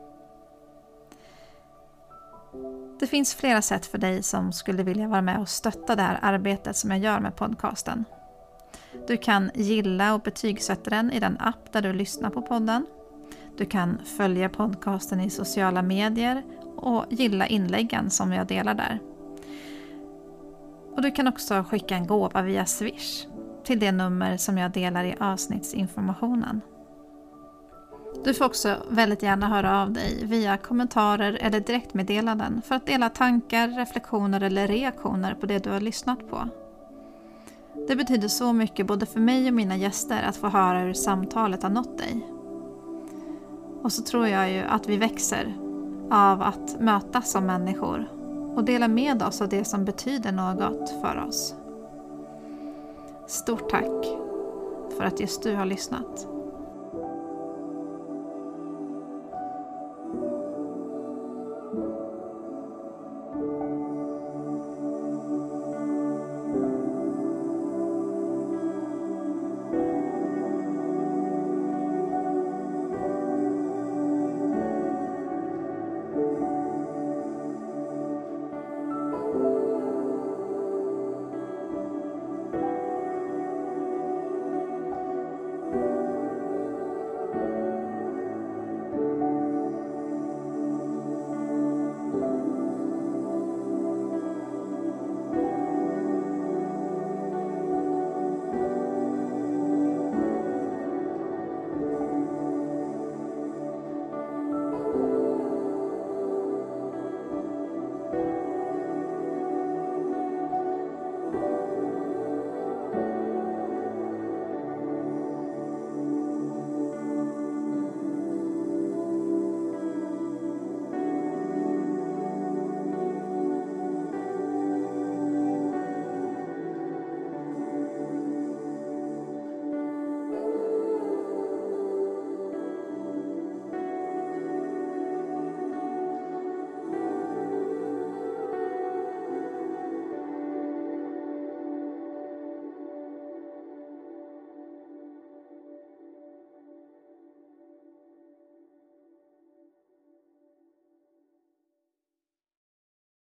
Det finns flera sätt för dig som skulle vilja vara med och stötta det här arbetet som jag gör med podcasten. Du kan gilla och betygsätta den i den app där du lyssnar på podden. Du kan följa podcasten i sociala medier och gilla inläggen som jag delar där. Och du kan också skicka en gåva via Swish till det nummer som jag delar i avsnittsinformationen. Du får också väldigt gärna höra av dig via kommentarer eller direktmeddelanden för att dela tankar, reflektioner eller reaktioner på det du har lyssnat på. Det betyder så mycket både för mig och mina gäster att få höra hur samtalet har nått dig. Och så tror jag ju att vi växer av att mötas som människor och dela med oss av det som betyder något för oss. Stort tack för att just du har lyssnat.